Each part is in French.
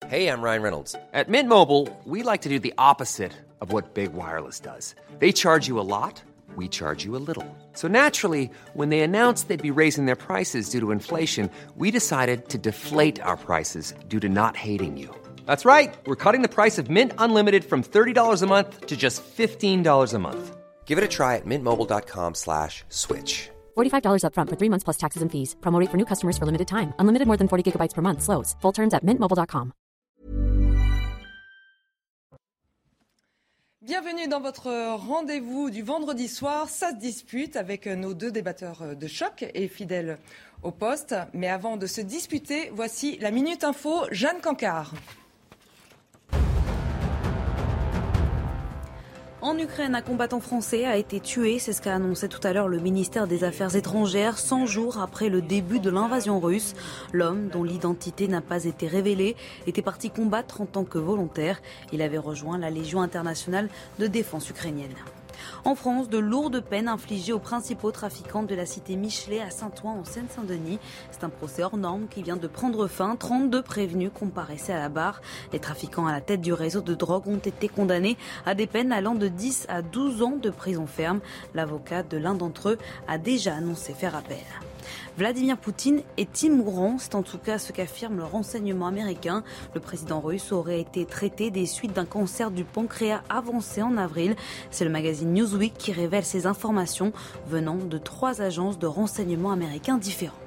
Hey, I'm Ryan Reynolds. At Mint Mobile, we like to do the opposite of what Big Wireless does. They charge you a lot, we charge you a little. So naturally, when they announced they'd be raising their prices due to inflation, we decided to deflate our prices due to not hating you. That's right. We're cutting the price of Mint Unlimited from $30 a month to just $15 a month. Give it a try at mintmobile.com/switch. $45 up front for 3 months plus taxes and fees. Promo rate for new customers for limited time. Unlimited more than 40 gigabytes per month. Slows full terms at mintmobile.com. Bienvenue dans votre rendez-vous du vendredi soir. Ça se dispute avec nos deux débatteurs de choc et fidèles au poste. Mais avant de se disputer, voici la Minute Info, Jeanne Cancard. En Ukraine, un combattant français a été tué, c'est ce qu'a annoncé tout à l'heure le ministère des Affaires étrangères, 100 jours après le début de l'invasion russe. L'homme, dont l'identité n'a pas été révélée, était parti combattre en tant que volontaire. Il avait rejoint la Légion internationale de défense ukrainienne. En France, de lourdes peines infligées aux principaux trafiquants de la cité Michelet à Saint-Ouen en Seine-Saint-Denis. C'est un procès hors norme qui vient de prendre fin. 32 prévenus comparaissaient à la barre. Les trafiquants à la tête du réseau de drogue ont été condamnés à des peines allant de 10 à 12 ans de prison ferme. L'avocat de l'un d'entre eux a déjà annoncé faire appel. Vladimir Poutine est mourant, c'est en tout cas ce qu'affirme le renseignement américain. Le président russe aurait été traité des suites d'un cancer du pancréas avancé en avril. C'est le magazine Newsweek qui révèle ces informations venant de 3 agences de renseignement américains différents.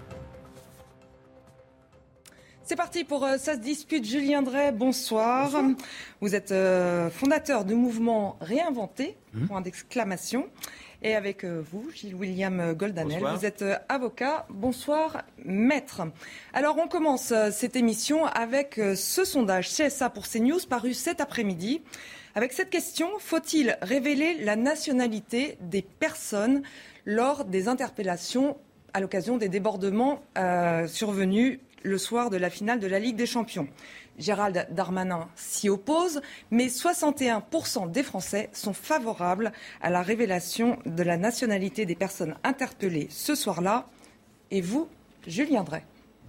C'est parti pour Ça se dispute. Julien Drey, bonsoir. Vous êtes fondateur du mouvement Réinventé, point d'exclamation. Et avec vous, Gilles-William Goldanel, bonsoir. Vous êtes avocat. Bonsoir, maître. Alors, on commence cette émission avec ce sondage CSA pour CNews paru cet après-midi. Avec cette question, faut-il révéler la nationalité des personnes lors des interpellations à l'occasion des débordements survenus le soir de la finale de la Ligue des Champions? Gérald Darmanin s'y oppose, mais 61% des Français sont favorables à la révélation de la nationalité des personnes interpellées ce soir-là. Et vous, Julien Drey?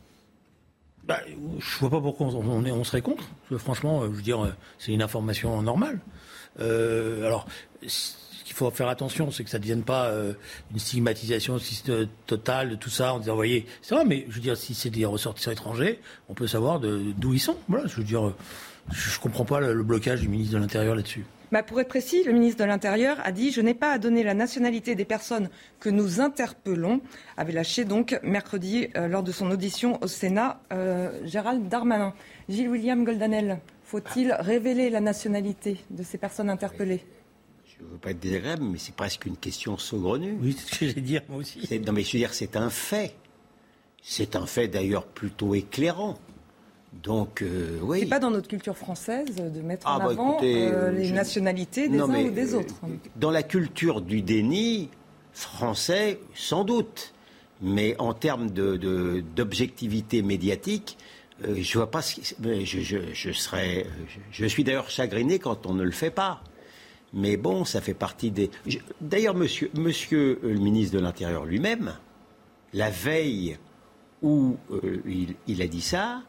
Je ne vois pas pourquoi on serait contre. Franchement, je veux dire, c'est une information normale. Alors, ce qu'il faut faire attention, c'est que ça ne devienne pas une stigmatisation totale de tout ça, en disant, voyez, c'est vrai, mais je veux dire, si c'est des ressortissants étrangers, on peut savoir d'où ils sont. Voilà, je veux dire, je ne comprends pas le blocage du ministre de l'Intérieur là-dessus. Pour être précis, le ministre de l'Intérieur a dit « Je n'ai pas à donner la nationalité des personnes que nous interpellons », avait lâché donc mercredi lors de son audition au Sénat Gérald Darmanin. Gilles-William Goldanel, faut-il révéler la nationalité de ces personnes interpellées ? Je ne veux pas être désagréable, mais c'est presque une question saugrenue. Oui, c'est ce que j'allais dire, moi aussi. Non, mais je veux dire, c'est un fait. C'est un fait d'ailleurs plutôt éclairant. Donc, oui. C'est pas dans notre culture française de mettre en avant les nationalités des uns ou des autres. Dans la culture du déni français, sans doute. Mais en termes d'objectivité médiatique, je vois pas. Je suis d'ailleurs chagriné quand on ne le fait pas. Mais bon, ça fait partie des. D'ailleurs, monsieur le ministre de l'Intérieur lui-même, la veille où il a dit ça,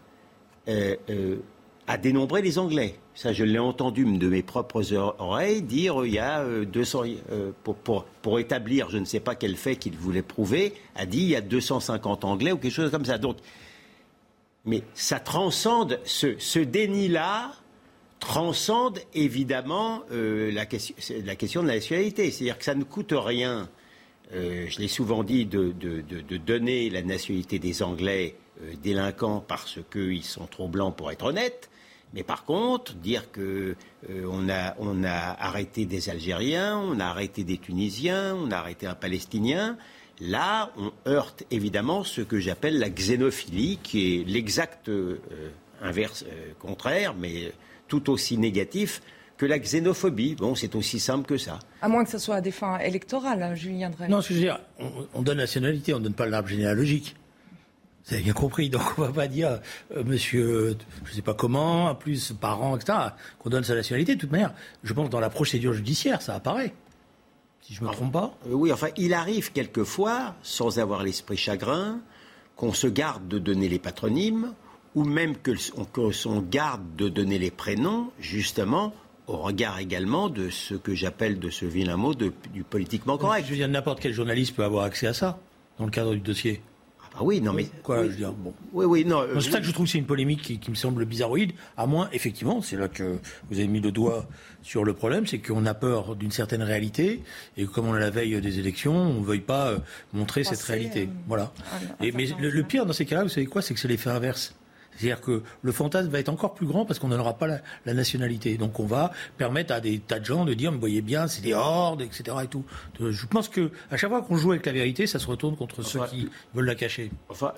a dénombré les Anglais. Ça, je l'ai entendu de mes propres oreilles dire il y a 200 pour établir, je ne sais pas quel fait qu'il voulait prouver, a dit il y a 250 Anglais ou quelque chose comme ça. Donc, mais ça transcende ce déni-là. Transcende évidemment la question de la nationalité. C'est-à-dire que ça ne coûte rien, je l'ai souvent dit, de donner la nationalité des Anglais délinquants parce qu'ils sont trop blancs pour être honnêtes. Mais par contre, dire que on a arrêté des Algériens, on a arrêté des Tunisiens, on a arrêté un Palestinien, là, on heurte évidemment ce que j'appelle la xénophilie, qui est l'exact inverse, contraire, mais tout aussi négatif que la xénophobie. Bon, c'est aussi simple que ça. À moins que ce soit à des fins électorales, hein, Julien Drey. Non, ce que je veux dire, on donne la nationalité, on ne donne pas l'arbre généalogique. Vous avez bien compris. Donc on ne va pas dire monsieur, je ne sais pas comment, plus parent, etc., qu'on donne sa nationalité. De toute manière, je pense que dans la procédure judiciaire, ça apparaît. Si je ne me trompe pas. Oui, enfin, il arrive quelquefois, sans avoir l'esprit chagrin, qu'on se garde de donner les patronymes ou même que son garde de donner les prénoms, justement, au regard également de ce que j'appelle, de ce vilain mot, du politiquement correct. Je veux dire, n'importe quel journaliste peut avoir accès à ça, dans le cadre du dossier. Ah oui, non mais... Quoi, oui, je veux dire, bon. Oui, non... C'est pour ça que je trouve que c'est une polémique qui me semble bizarroïde, à moins, effectivement, c'est là que vous avez mis le doigt sur le problème, c'est qu'on a peur d'une certaine réalité, et comme on est à la veille des élections, on ne veuille pas montrer cette réalité. Voilà. Mais le pire dans ces cas-là, vous savez quoi, c'est que c'est l'effet inverse. C'est-à-dire que le fantasme va être encore plus grand parce qu'on n'aura pas la nationalité. Donc on va permettre à des tas de gens de dire, mais vous voyez bien, c'est des hordes, etc. Et tout. Je pense qu'à chaque fois qu'on joue avec la vérité, ça se retourne contre ceux qui veulent la cacher. Enfin,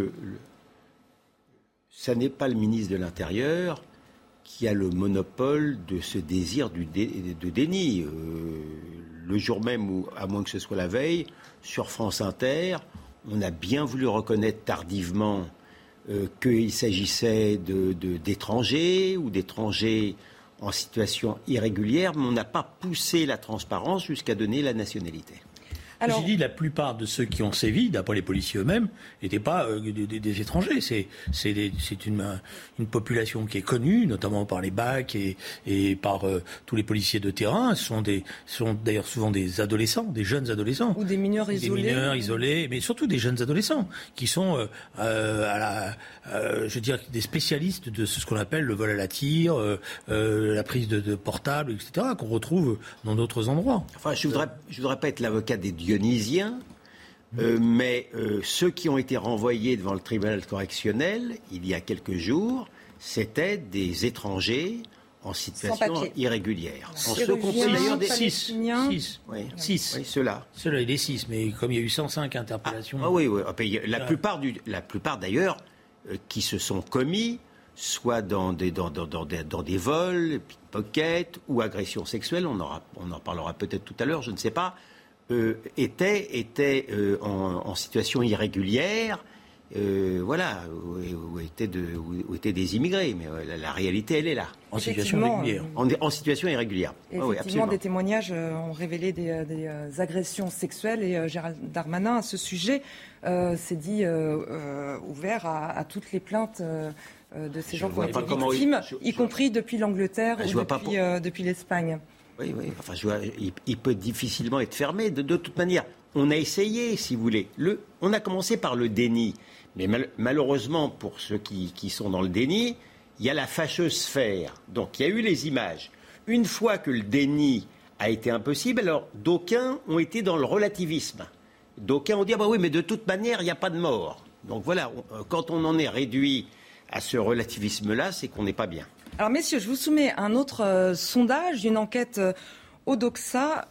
ça n'est pas le ministre de l'Intérieur qui a le monopole de ce désir de déni. Le jour même, où, à moins que ce soit la veille, sur France Inter, on a bien voulu reconnaître tardivement qu'il s'agissait d'étrangers ou d'étrangers en situation irrégulière, mais on n'a pas poussé la transparence jusqu'à donner la nationalité. Alors, j'ai dit, la plupart de ceux qui ont sévi, d'après les policiers eux-mêmes, n'étaient pas des étrangers. C'est une population qui est connue, notamment par les BAC et par tous les policiers de terrain. Ce sont d'ailleurs souvent des adolescents, des jeunes adolescents. Ou des mineurs isolés. Des mineurs isolés, mais surtout des jeunes adolescents, qui sont, je veux dire, des spécialistes de ce qu'on appelle le vol à la tire, la prise de portable, etc., qu'on retrouve dans d'autres endroits. Enfin, je voudrais pas être l'avocat des Dionysiens, mais ceux qui ont été renvoyés devant le tribunal correctionnel il y a quelques jours, c'était des étrangers en situation irrégulière. On se compte d'ailleurs des 6. Oui, ceux-là. Ceux-là, il est 6, mais comme il y a eu 105 interpellations... Oui. La plupart d'ailleurs, qui se sont commis, soit dans des vols, pickpockets ou agressions sexuelles, on en parlera peut-être tout à l'heure, je ne sais pas, étaient en situation irrégulière, où étaient des immigrés. Mais la réalité, elle est là. En situation irrégulière. En situation irrégulière. Effectivement, des témoignages ont révélé des agressions sexuelles et Gérald Darmanin, à ce sujet, s'est dit ouvert à toutes les plaintes de ces gens qui ont été victimes, y compris depuis l'Angleterre ou depuis l'Espagne. Oui. Enfin, il peut difficilement être fermé. De toute manière, on a essayé, si vous voulez. On a commencé par le déni. Mais malheureusement, pour ceux qui sont dans le déni, il y a la fâcheuse sphère. Donc, il y a eu les images. Une fois que le déni a été impossible, alors d'aucuns ont été dans le relativisme. D'aucuns ont dit, oui, mais de toute manière, il n'y a pas de mort. Donc voilà, quand on en est réduit à ce relativisme-là, c'est qu'on n'est pas bien. Alors messieurs, je vous soumets un autre sondage, une enquête Odoxa,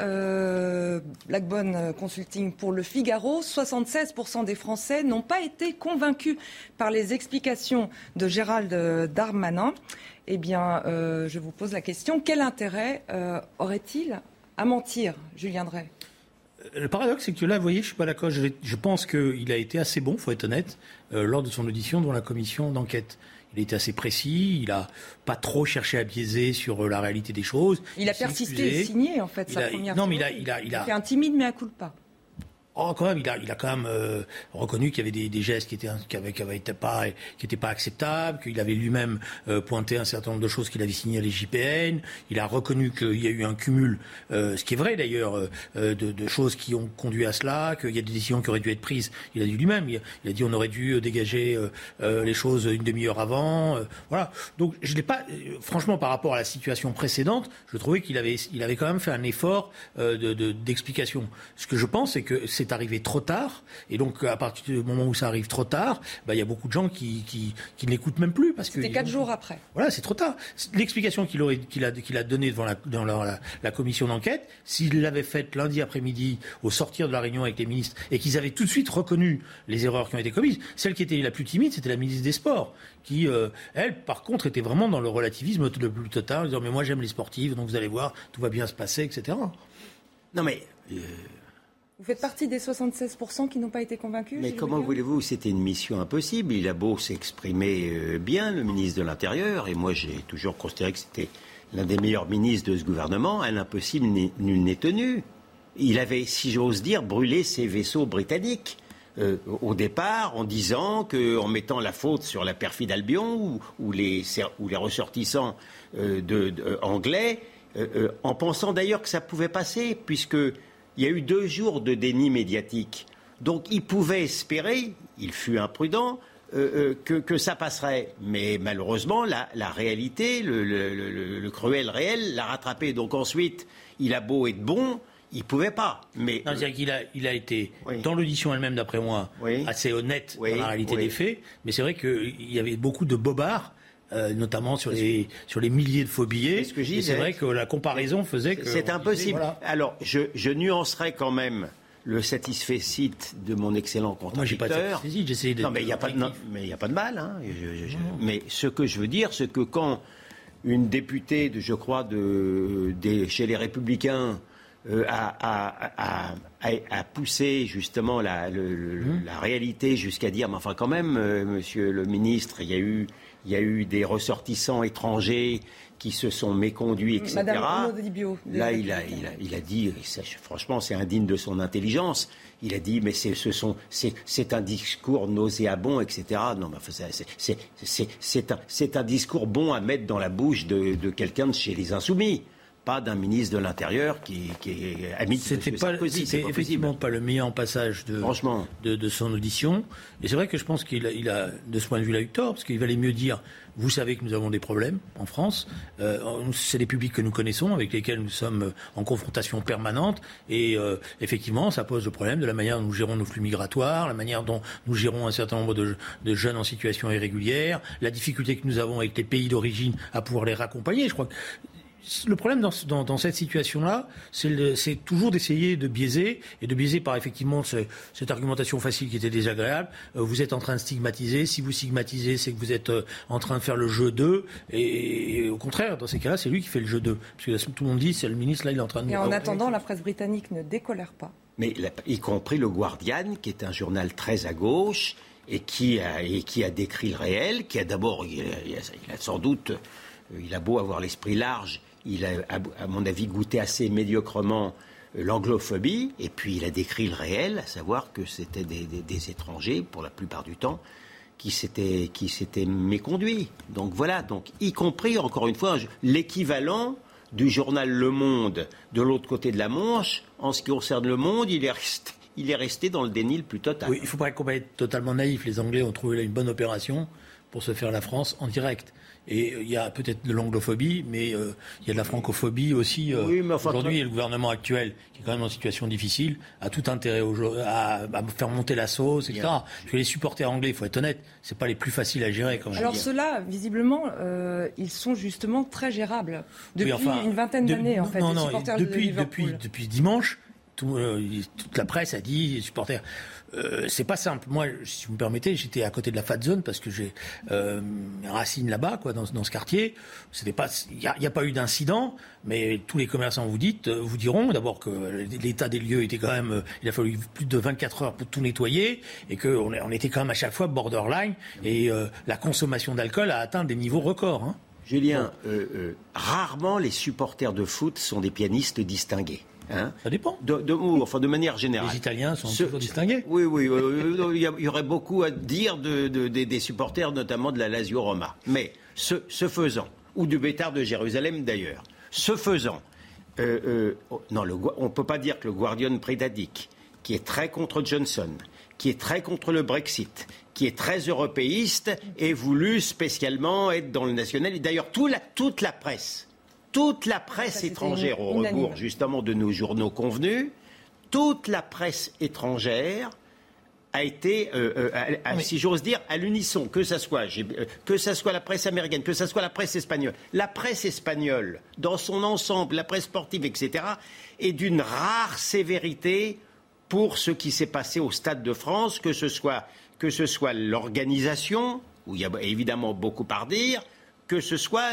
Blackbone Consulting pour Le Figaro. 76% des Français n'ont pas été convaincus par les explications de Gérald Darmanin. Eh bien, je vous pose la question, quel intérêt aurait-il à mentir, Julien Drey ? Le paradoxe, c'est que là, vous voyez, je ne suis pas d'accord. Je pense qu'il a été assez bon, il faut être honnête, lors de son audition devant la commission d'enquête. Il a été assez précis, il n'a pas trop cherché à biaiser sur la réalité des choses. Il a persisté et signé, en fait, sa première fois. Non, mais il a fait un timide mea culpa. Oh, quand même, il a quand même reconnu qu'il y avait des gestes qui étaient pas acceptables, qu'il avait lui-même pointé un certain nombre de choses qu'il avait signées à l'IGPN. Il a reconnu qu'il y a eu un cumul, ce qui est vrai d'ailleurs, de choses qui ont conduit à cela, qu'il y a des décisions qui auraient dû être prises. Il a dit lui-même, il a dit on aurait dû dégager les choses une demi-heure avant. Voilà. Donc je l'ai pas, franchement, par rapport à la situation précédente, je trouvais qu'il avait quand même fait un effort d'explication. Ce que je pense, c'est que c'est arrivé trop tard, et donc à partir du moment où ça arrive trop tard, il y a beaucoup de gens qui ne l'écoutent même plus. C'était 4 jours après. Voilà, c'est trop tard. L'explication qu'il a donnée dans la commission d'enquête, s'il l'avait faite lundi après-midi au sortir de la réunion avec les ministres, et qu'ils avaient tout de suite reconnu les erreurs qui ont été commises, celle qui était la plus timide, c'était la ministre des Sports, qui, elle, par contre, était vraiment dans le relativisme le plus total, en disant « mais moi j'aime les sportifs, donc vous allez voir, tout va bien se passer, etc. » Non mais... Vous faites partie des 76% qui n'ont pas été convaincus. Mais comment voulez-vous ? C'était une mission impossible. Il a beau s'exprimer bien, le ministre de l'Intérieur, et moi j'ai toujours considéré que c'était l'un des meilleurs ministres de ce gouvernement. À l'impossible, nul n'est tenu. Il avait, si j'ose dire, brûlé ses vaisseaux britanniques. au départ en disant qu'en mettant la faute sur la perfide Albion ou les ressortissants anglais, en pensant d'ailleurs que ça pouvait passer, puisqu'il y a eu 2 jours de déni médiatique. Donc il pouvait espérer, il fut imprudent, que ça passerait. Mais malheureusement, la réalité, le cruel réel l'a rattrapé. Donc ensuite, il a beau être bon, il ne pouvait pas. Mais, c'est-à-dire qu'il a été, dans l'audition elle-même, d'après moi, assez honnête dans la réalité des faits. Mais c'est vrai qu'il y avait beaucoup de bobards, notamment sur les milliers de faux billets. Et c'est vrai que la comparaison faisait que... C'est impossible. Voilà. Alors, je nuancerais quand même le satisfait de mon excellent contradicteur. Moi, j'ai pas de satisfait, j'essaie de... Non, mais il n'y a pas de mal. Hein. Mais ce que je veux dire, c'est que quand une députée, je crois, chez les Républicains a poussé justement la réalité jusqu'à dire, mais enfin quand même, monsieur le ministre, il y a eu des ressortissants étrangers qui se sont méconduits, etc. Madame là, il a dit, franchement, c'est indigne de son intelligence. Il a dit, mais c'est un discours nauséabond, etc. Non, mais c'est un discours bon à mettre dans la bouche de quelqu'un de chez les Insoumis. Pas d'un ministre de l'Intérieur qui est ami de M. Sarkozy. C'était effectivement pas le meilleur passage de son audition. Et c'est vrai que je pense qu'il a, de ce point de vue-là, eu tort, parce qu'il valait mieux dire, vous savez que nous avons des problèmes en France, c'est des publics que nous connaissons, avec lesquels nous sommes en confrontation permanente, et effectivement, ça pose le problème de la manière dont nous gérons nos flux migratoires, la manière dont nous gérons un certain nombre de jeunes en situation irrégulière, la difficulté que nous avons avec les pays d'origine à pouvoir les raccompagner. Je crois que le problème dans cette situation-là, c'est toujours d'essayer de biaiser, et de biaiser par effectivement cette argumentation facile qui était désagréable. Vous êtes en train de stigmatiser. Si vous stigmatisez, c'est que vous êtes en train de faire le jeu d'eux. Et au contraire, dans ces cas-là, c'est lui qui fait le jeu d'eux. Parce que tout le monde dit, c'est le ministre, là, il est en train de... Et en attendant, la presse britannique ne décolère pas. Mais y compris le Guardian, qui est un journal très à gauche, et qui a décrit le réel, qui a d'abord... Il a sans doute... Il a beau avoir l'esprit large... Il a, à mon avis, goûté assez médiocrement l'anglophobie, et puis il a décrit le réel, à savoir que c'était des étrangers, pour la plupart du temps, qui s'étaient méconduits. Donc voilà, y compris, encore une fois, l'équivalent du journal Le Monde de l'autre côté de la Manche. En ce qui concerne Le Monde, il est resté dans le déni le plus total. Oui, il ne faut pas être totalement naïf. Les Anglais ont trouvé là une bonne opération pour se faire la France en direct. Et il y a peut-être de l'anglophobie, mais il y a de la francophobie aussi. Aujourd'hui, et le gouvernement actuel, qui est quand même en situation difficile, a tout intérêt à faire monter la sauce, etc. Parce que les supporters anglais, il faut être honnête, c'est pas les plus faciles à gérer. Quand même. Alors ceux-là, visiblement, ils sont justement très gérables depuis une vingtaine d'années, en fait. Non, les supporters de Liverpool. Depuis dimanche, toute la presse a dit, les supporters... c'est pas simple. Moi, si vous me permettez, j'étais à côté de la Fat Zone parce que j'ai mes racines là-bas, quoi, dans ce quartier. C'était pas, il y a pas eu d'incident, mais tous les commerçants vous diront d'abord que l'état des lieux était quand même, il a fallu plus de 24 heures pour tout nettoyer et que on était quand même à chaque fois borderline et la consommation d'alcool a atteint des niveaux records. Hein. Julien, rarement les supporters de foot sont des pianistes distingués. Hein, ça dépend. De manière générale. Les Italiens sont toujours distingués. Oui. Il y aurait beaucoup à dire des supporters, notamment de la Lazio Roma. Mais ce faisant, ou du Bétar de Jérusalem d'ailleurs, ce faisant, on ne peut pas dire que le Guardian britannique, qui est très contre Johnson, qui est très contre le Brexit, qui est très européiste, ait voulu spécialement être dans le national. Et d'ailleurs, toute la presse étrangère, au rebours justement de nos journaux convenus, toute la presse étrangère a été, si j'ose dire, à l'unisson, que ça soit la presse américaine, que ça soit la presse espagnole. La presse espagnole, dans son ensemble, la presse sportive, etc., est d'une rare sévérité pour ce qui s'est passé au Stade de France, que ce soit l'organisation, où il y a évidemment beaucoup à redire, que ce soit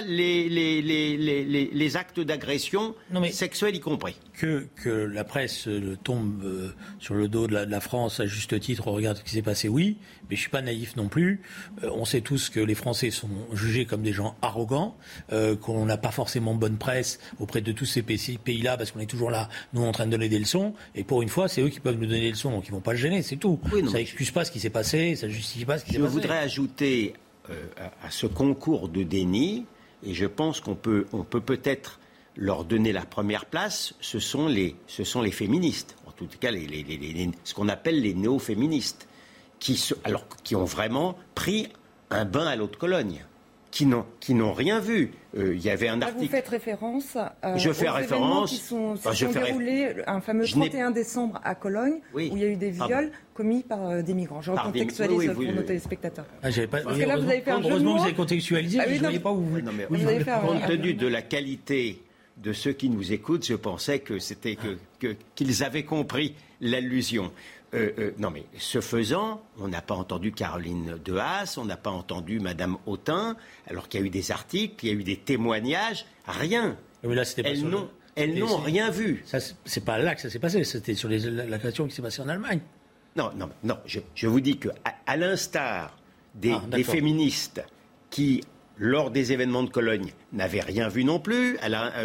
les actes d'agression sexuelle y compris. Que la presse tombe sur le dos de la France à juste titre, on regarde ce qui s'est passé, oui, mais je ne suis pas naïf non plus. On sait tous que les Français sont jugés comme des gens arrogants, qu'on n'a pas forcément bonne presse auprès de tous ces pays-là, parce qu'on est toujours là, nous, en train de donner des leçons, et pour une fois, c'est eux qui peuvent nous donner des leçons, donc ils ne vont pas le gêner, c'est tout. Oui, ça n'excuse pas ce qui s'est passé, ça ne justifie pas ce qui s'est passé. Je voudrais ajouter à ce concours de déni, et je pense qu'on peut peut-être leur donner la première place, ce sont les féministes, en tout cas ce qu'on appelle les néo-féministes, qui ont vraiment pris un bain à l'eau de Cologne, qui n'ont rien vu. Il y avait un article. Vous faites référence je fais aux référence. événements qui se sont déroulés un fameux 31 décembre à Cologne, où il y a eu des viols commis par des migrants. Je recontextualise pour nos téléspectateurs. Parce que là, vous avez fait heureusement que vous avez contextualisé, je ne voyais pas où vous voulez. Compte tenu de la qualité de ceux qui nous écoutent, je pensais qu'ils avaient compris l'allusion. Non, mais ce faisant, on n'a pas entendu Caroline De Haas, on n'a pas entendu Madame Autain, alors qu'il y a eu des articles, il y a eu des témoignages, rien. Mais là, elles n'ont rien vu. Ça, c'est pas là que ça s'est passé, c'était sur la question qui s'est passée en Allemagne. Non, je vous dis qu'à l'instar des féministes qui, lors des événements de Cologne, n'avaient rien vu non plus,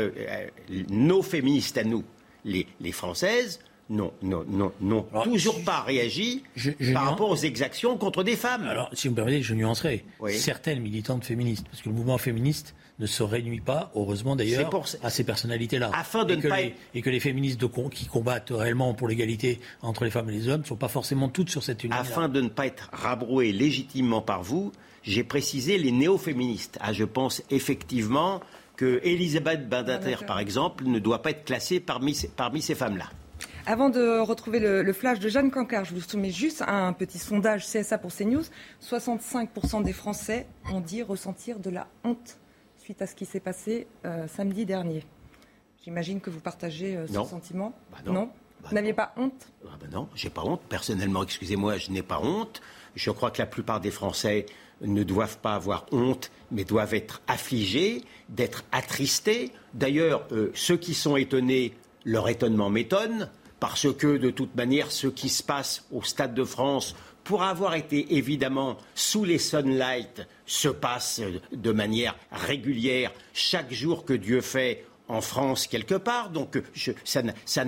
nos féministes à nous, les Françaises, n'ont toujours pas réagi par rapport aux exactions contre des femmes. Alors, si vous me permettez, je nuancerai. Oui. Certaines militantes féministes, parce que le mouvement féministe ne se réunit pas, heureusement d'ailleurs, à ces personnalités-là. Et que les féministes qui combattent réellement pour l'égalité entre les femmes et les hommes ne sont pas forcément toutes sur cette unité-là. Afin de ne pas être rabrouées légitimement par vous, j'ai précisé les néo-féministes. Je pense effectivement que Elisabeth Badinter, par exemple, ne doit pas être classée parmi ces femmes-là. Avant de retrouver le flash de Jeanne Cancard, je vous soumets juste un petit sondage CSA pour CNews. 65% des Français ont dit ressentir de la honte suite à ce qui s'est passé samedi dernier. J'imagine que vous partagez ce sentiment. Non. Vous n'aviez pas honte ? Non, j'ai pas honte. Personnellement, excusez-moi, je n'ai pas honte. Je crois que la plupart des Français ne doivent pas avoir honte, mais doivent être affligés, d'être attristés. D'ailleurs, ceux qui sont étonnés, leur étonnement m'étonne, parce que, de toute manière, ce qui se passe au Stade de France, pour avoir été évidemment sous les sunlights, se passe de manière régulière chaque jour que Dieu fait en France quelque part. Donc, ça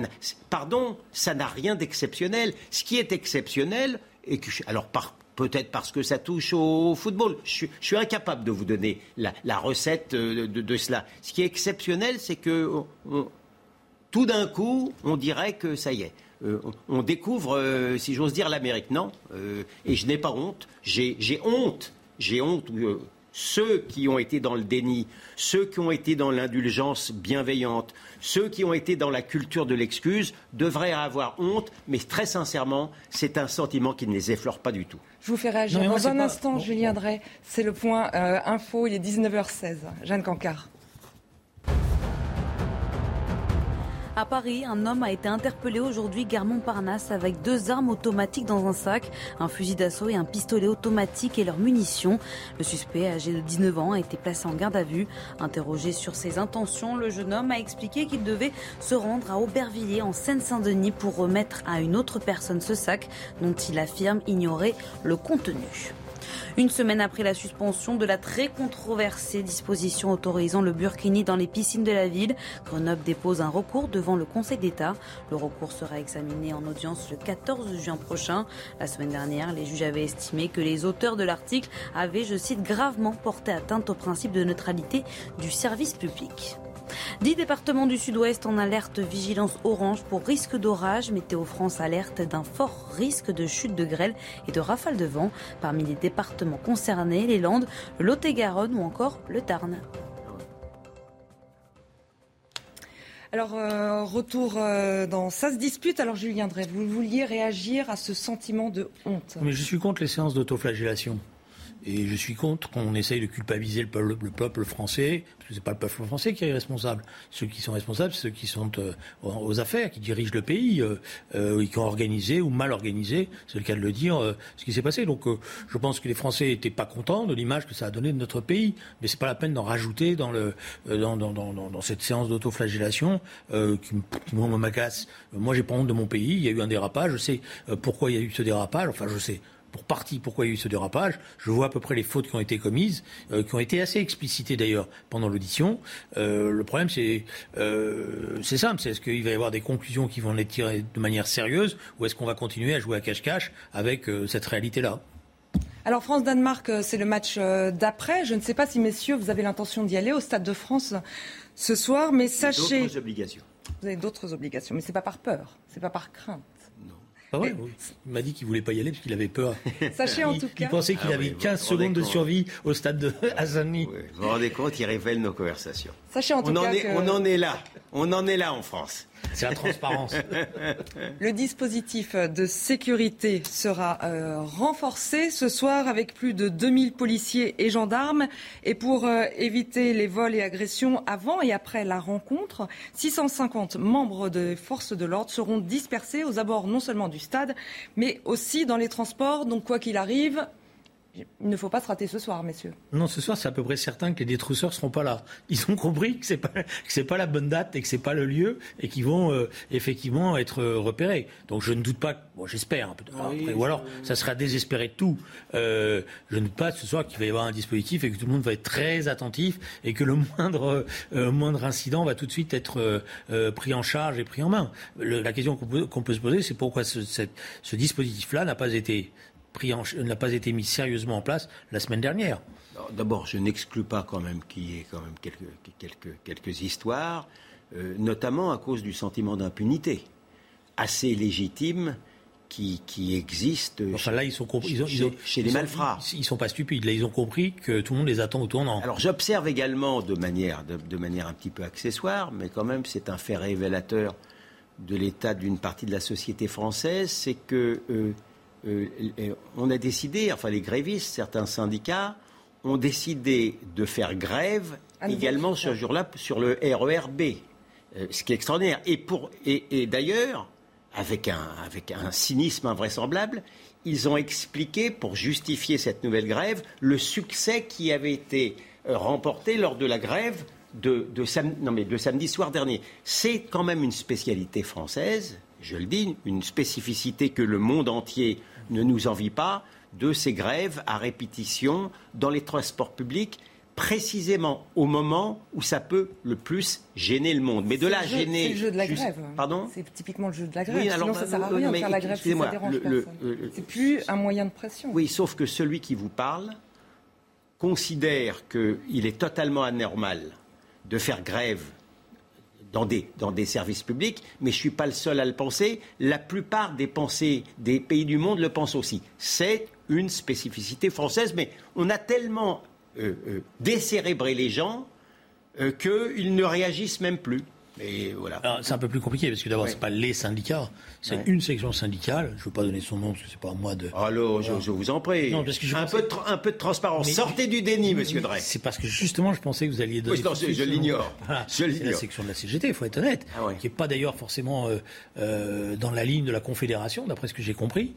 n'a rien d'exceptionnel. Ce qui est exceptionnel, et que peut-être parce que ça touche au football. Je suis incapable de vous donner la recette de cela. Ce qui est exceptionnel, c'est que tout d'un coup, on dirait que ça y est. On découvre, si j'ose dire, l'Amérique. Non, et je n'ai pas honte. J'ai honte. Ceux qui ont été dans le déni, ceux qui ont été dans l'indulgence bienveillante, ceux qui ont été dans la culture de l'excuse, devraient avoir honte, mais très sincèrement, c'est un sentiment qui ne les effleure pas du tout. Je vous fais réagir dans un instant, Julien Drey. C'est le point info, il est 19h16. Jeanne Cancard. À Paris, un homme a été interpellé aujourd'hui gare Montparnasse avec 2 armes automatiques dans un sac, un fusil d'assaut et un pistolet automatique et leurs munitions. Le suspect, âgé de 19 ans, a été placé en garde à vue. Interrogé sur ses intentions, le jeune homme a expliqué qu'il devait se rendre à Aubervilliers en Seine-Saint-Denis pour remettre à une autre personne ce sac dont il affirme ignorer le contenu. Une semaine après la suspension de la très controversée disposition autorisant le burkini dans les piscines de la ville, Grenoble dépose un recours devant le Conseil d'État. Le recours sera examiné en audience le 14 juin prochain. La semaine dernière, les juges avaient estimé que les auteurs de l'article avaient, je cite, gravement porté atteinte au principe de neutralité du service public. 10 départements du sud-ouest en alerte vigilance orange pour risque d'orage. Météo France alerte d'un fort risque de chute de grêle et de rafales de vent. Parmi les départements concernés, les Landes, le Lot-et-Garonne ou encore le Tarn. Alors, retour dans Ça se dispute. Alors, Julien Drey, vous vouliez réagir à ce sentiment de honte. Mais je suis contre les séances d'autoflagellation. Et je suis contre qu'on essaye de culpabiliser le peuple français, parce que c'est pas le peuple français qui est responsable. Ceux qui sont responsables, c'est ceux qui sont aux affaires, qui dirigent le pays, qui ont organisé ou mal organisé, c'est le cas de le dire, ce qui s'est passé. Donc je pense que les Français étaient pas contents de l'image que ça a donné de notre pays, mais c'est pas la peine d'en rajouter dans cette séance d'autoflagellation qui moi m'agace. Moi j'ai pas honte de mon pays, il y a eu un dérapage, je sais pourquoi il y a eu ce dérapage, enfin je sais pour partie pourquoi il y a eu ce dérapage. Je vois à peu près les fautes qui ont été commises, qui ont été assez explicitées d'ailleurs pendant l'audition. Le problème c'est simple, c'est est-ce qu'il va y avoir des conclusions qui vont les tirer de manière sérieuse ou est-ce qu'on va continuer à jouer à cache-cache avec cette réalité-là ? Alors France-Danemark, c'est le match d'après. Je ne sais pas si messieurs, vous avez l'intention d'y aller au Stade de France ce soir, mais sachez... D'autres obligations. Vous avez d'autres obligations, mais c'est pas par peur, c'est pas par crainte. Ah ouais, il m'a dit qu'il ne voulait pas y aller parce qu'il avait peur. Sachez en tout cas... Il pensait qu'il avait 15 secondes de survie au stade de Hasani. Oui, vous vous rendez compte, il révèle nos conversations. Sachez en tout cas on en est là. On en est là en France. C'est la transparence. Le dispositif de sécurité sera renforcé ce soir avec plus de 2000 policiers et gendarmes. Et pour éviter les vols et agressions avant et après la rencontre, 650 membres des forces de l'ordre seront dispersés aux abords non seulement du stade, mais aussi dans les transports. Donc quoi qu'il arrive... Il ne faut pas se rater ce soir, messieurs. Non, ce soir, c'est à peu près certain que les détrousseurs ne seront pas là. Ils ont compris que c'est pas la bonne date et que c'est pas le lieu et qu'ils vont effectivement être repérés. Donc je ne doute pas, j'espère, après, ou alors ça sera désespéré de tout. Je ne doute pas ce soir qu'il va y avoir un dispositif et que tout le monde va être très attentif et que le moindre incident va tout de suite être pris en charge et pris en main. La question qu'on peut se poser, c'est pourquoi ce dispositif-là n'a pas été mis sérieusement en place la semaine dernière. D'abord, je n'exclus pas quand même qu'il y ait quand même quelques histoires, notamment à cause du sentiment d'impunité assez légitime qui existe chez les malfrats. Ils ne sont pas stupides. Là, ils ont compris que tout le monde les attend au tournant. Alors, j'observe également de manière un petit peu accessoire, mais quand même, c'est un fait révélateur de l'état d'une partie de la société française, c'est que on a décidé, enfin les grévistes, certains syndicats, ont décidé de faire grève également ce jour-là sur le RER-B, ce qui est extraordinaire. Et d'ailleurs, avec un cynisme invraisemblable, ils ont expliqué, pour justifier cette nouvelle grève, le succès qui avait été remporté lors de la grève de samedi soir dernier. C'est quand même une spécialité française, je le dis, une spécificité que le monde entier ne nous envie pas, de ces grèves à répétition dans les transports publics, précisément au moment où ça peut le plus gêner le monde. Mais de là gêner... C'est le jeu de la grève. Pardon ? C'est typiquement le jeu de la grève. Oui, alors, sinon, ça ne sert à rien de faire la grève si ça dérange personne. C'est plus un moyen de pression. Oui, sauf que celui qui vous parle considère qu'il est totalement anormal de faire grève dans des services publics, mais je ne suis pas le seul à le penser. La plupart des pays du monde le pensent aussi. C'est une spécificité française, mais on a tellement décérébré les gens qu'ils ne réagissent même plus. Et voilà. Alors, c'est un peu plus compliqué parce que d'abord c'est pas les syndicats, c'est une section syndicale. Je ne veux pas donner son nom parce que c'est pas à moi de. Alors, je vous en prie. Non, parce que un peu de transparence. Sortez du déni, Monsieur Drey. C'est parce que justement je pensais que vous alliez donner. Je l'ignore. Voilà. C'est la section de la CGT, il faut être honnête, qui n'est pas d'ailleurs forcément dans la ligne de la Confédération, d'après ce que j'ai compris,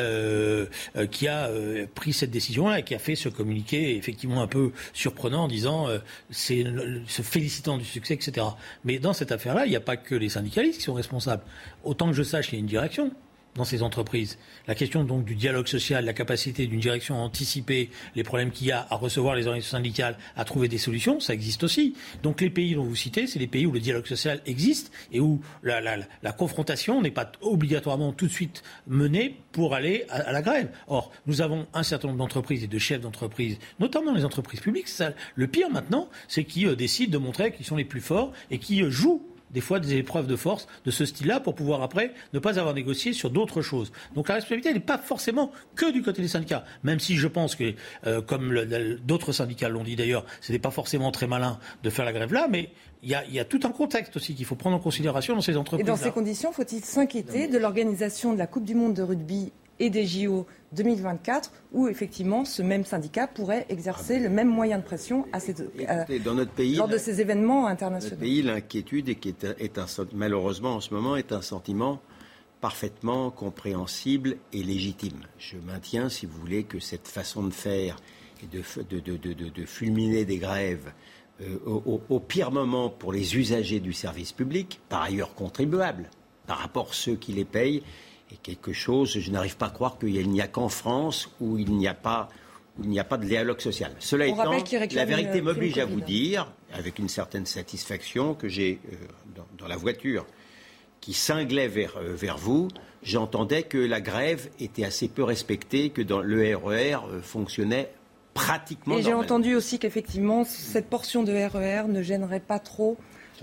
qui a pris cette décision-là et qui a fait ce communiqué effectivement un peu surprenant en disant se félicitant du succès, etc. Mais dans cette affaire-là, il n'y a pas que les syndicalistes qui sont responsables. Autant que je sache, il y a une direction dans ces entreprises. La question donc du dialogue social, la capacité d'une direction à anticiper les problèmes qu'il y a, à recevoir les organisations syndicales, à trouver des solutions, ça existe aussi. Donc les pays dont vous citez, c'est les pays où le dialogue social existe et où la confrontation n'est pas obligatoirement tout de suite menée pour aller à la grève. Or, nous avons un certain nombre d'entreprises et de chefs d'entreprise, notamment les entreprises publiques. Le pire maintenant, c'est qu'ils décident de montrer qu'ils sont les plus forts et qui jouent des fois des épreuves de force de ce style-là pour pouvoir après ne pas avoir négocié sur d'autres choses. Donc la responsabilité n'est pas forcément que du côté des syndicats, même si je pense que, comme d'autres syndicats l'ont dit d'ailleurs, ce n'était pas forcément très malin de faire la grève là, mais il y a tout un contexte aussi qu'il faut prendre en considération dans ces entreprises-là. Et dans ces conditions, faut-il s'inquiéter de l'organisation de la Coupe du Monde de rugby et des JO 2024, où effectivement ce même syndicat pourrait exercer le même moyen de pression dans notre pays, lors de ces événements internationaux. Dans notre pays, l'inquiétude, et qui malheureusement en ce moment, est un sentiment parfaitement compréhensible et légitime. Je maintiens, si vous voulez, que cette façon de faire et de fulminer des grèves au pire moment pour les usagers du service public, par ailleurs contribuables, par rapport à ceux qui les payent, est quelque chose, je n'arrive pas à croire qu'il n'y a qu'en France où il n'y a pas de dialogue social. Cela étant, la vérité m'oblige à vous dire, avec une certaine satisfaction, que j'ai, dans la voiture qui cinglait vers vous, j'entendais que la grève était assez peu respectée, que dans le RER fonctionnait pratiquement. Et j'ai entendu aussi qu'effectivement, cette portion de RER ne gênerait pas trop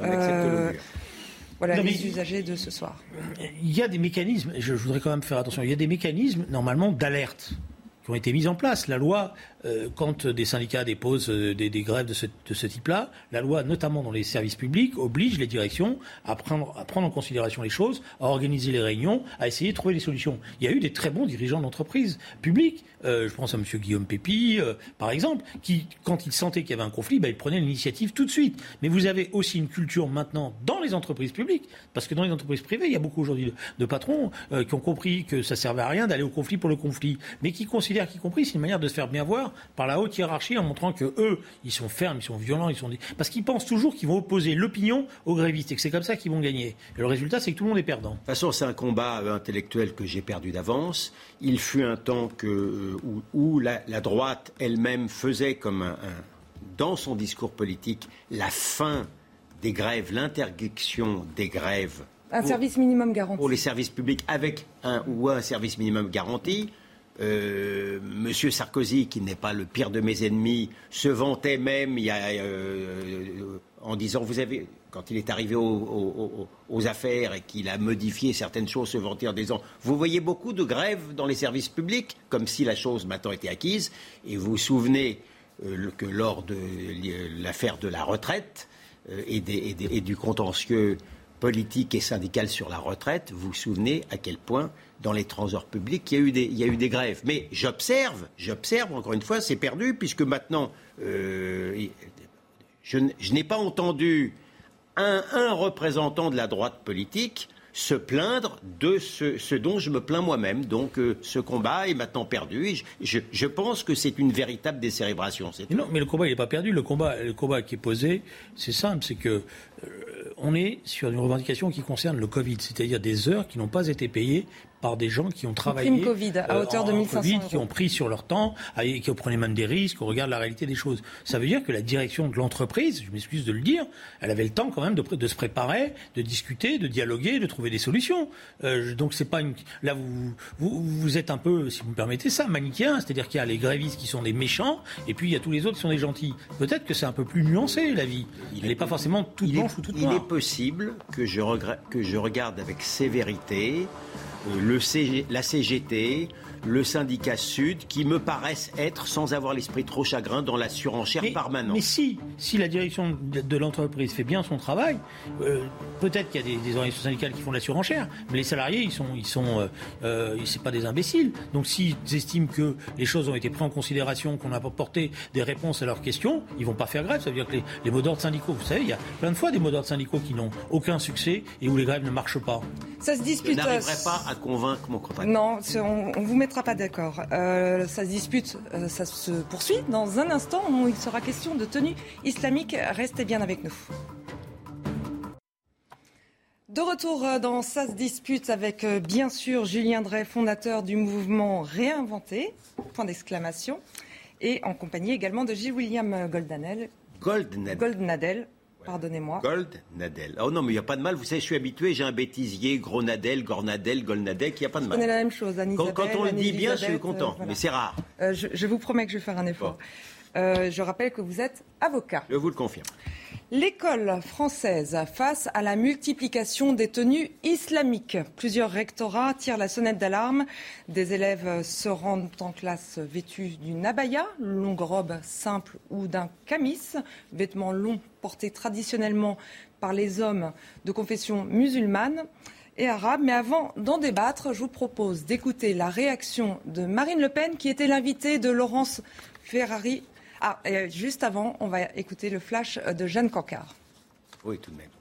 les usagers de ce soir. Il y a des mécanismes, et je voudrais quand même faire attention, il y a des mécanismes normalement d'alerte qui ont été mis en place. La loi, quand des syndicats déposent des grèves de ce type-là, la loi, notamment dans les services publics, oblige les directions à prendre en considération les choses, à organiser les réunions, à essayer de trouver des solutions. Il y a eu des très bons dirigeants d'entreprises publiques, je pense à M. Guillaume Pépi, par exemple, qui, quand il sentait qu'il y avait un conflit, il prenait l'initiative tout de suite. Mais vous avez aussi une culture maintenant dans les entreprises publiques, parce que dans les entreprises privées, il y a beaucoup aujourd'hui de patrons qui ont compris que ça ne servait à rien d'aller au conflit pour le conflit, mais qui considèrent qu'y compris, c'est une manière de se faire bien voir par la haute hiérarchie en montrant que eux, ils sont fermes, ils sont violents, parce qu'ils pensent toujours qu'ils vont opposer l'opinion aux grévistes et que c'est comme ça qu'ils vont gagner. Et le résultat, c'est que tout le monde est perdant. De toute façon, c'est un combat intellectuel que j'ai perdu d'avance. Il fut un temps où la droite elle-même faisait comme dans son discours politique la fin des grèves, l'interdiction des grèves. Un service minimum garanti. Pour les services publics avec un service minimum garanti. Monsieur Sarkozy, qui n'est pas le pire de mes ennemis, se vantait même en disant, quand il est arrivé aux affaires et qu'il a modifié certaines choses, se vantait en disant, vous voyez beaucoup de grèves dans les services publics, comme si la chose maintenant était acquise. Et vous vous souvenez que lors de l'affaire de la retraite et du contentieux politique et syndical sur la retraite, vous vous souvenez à quel point dans les transports publics il y a eu des grèves. Mais j'observe, encore une fois, c'est perdu, puisque maintenant, je n'ai pas entendu un représentant de la droite politique se plaindre de ce dont je me plains moi-même. Donc ce combat est maintenant perdu. Et je pense que c'est une véritable décérébration. Non, mais le combat, il n'est pas perdu. Le combat qui est posé, c'est simple, c'est que on est sur une revendication qui concerne le Covid, c'est-à-dire des heures qui n'ont pas été payées par des gens qui ont travaillé prime Covid à hauteur de 1 500 Covid, €. qui ont pris sur leur temps, qui prenaient même des risques, on regarde la réalité des choses. Ça veut dire que la direction de l'entreprise, je m'excuse de le dire, elle avait le temps quand même de se préparer, de discuter, de dialoguer, de trouver des solutions. Donc c'est pas là vous êtes un peu, si vous me permettez ça, manichéen, c'est-à-dire qu'il y a les grévistes qui sont des méchants et puis il y a tous les autres qui sont des gentils. Peut-être que c'est un peu plus nuancé la vie. Elle n'est pas forcément toute blanche ou toute noire. Il est possible que je regarde avec sévérité la CGT, le syndicat Sud, qui me paraissent être, sans avoir l'esprit trop chagrin, dans la surenchère permanente. Mais si la direction de l'entreprise fait bien son travail, peut-être qu'il y a des organisations syndicales qui font de la surenchère, mais les salariés, c'est pas des imbéciles. Donc s'ils estiment que les choses ont été prises en considération, qu'on a apporté des réponses à leurs questions, ils vont pas faire grève. Ça veut dire que les mots d'ordre syndicaux, vous savez, il y a plein de fois des mots d'ordre syndicaux qui n'ont aucun succès et où les grèves ne marchent pas. Ça se dispute. Je n'arriverai pas à convaincre mon compagne. Non, on vous mettra pas d'accord. Ça se dispute, ça se poursuit. Dans un instant, il sera question de tenue islamique. Restez bien avec nous. De retour dans Ça se dispute avec bien sûr Julien Drey, fondateur du mouvement Réinventé, point d'exclamation, et en compagnie également de Gilles-William Goldnadel. Pardonnez-moi. Goldnadel. Oh non, mais il n'y a pas de mal. Vous savez, je suis habitué, j'ai un bêtisier, Gronadel, Gornadel, Goldnadel, il n'y a pas de mal. On est la même chose, Anne-Isabelle. Quand on le dit bien, je suis content, voilà. Mais c'est rare. Je vous promets que je vais faire un effort. Bon. Je rappelle que vous êtes avocat. Je vous le confirme. L'école française face à la multiplication des tenues islamiques. Plusieurs rectorats tirent la sonnette d'alarme. Des élèves se rendent en classe vêtus d'une abaya, longue robe simple ou d'un camis, vêtements longs portés traditionnellement par les hommes de confession musulmane. et arabes. Mais avant d'en débattre, je vous propose d'écouter la réaction de Marine Le Pen, qui était l'invitée de Laurence Ferrari. Et juste avant, on va écouter le flash de Jeanne Cancard. Oui, tout de même.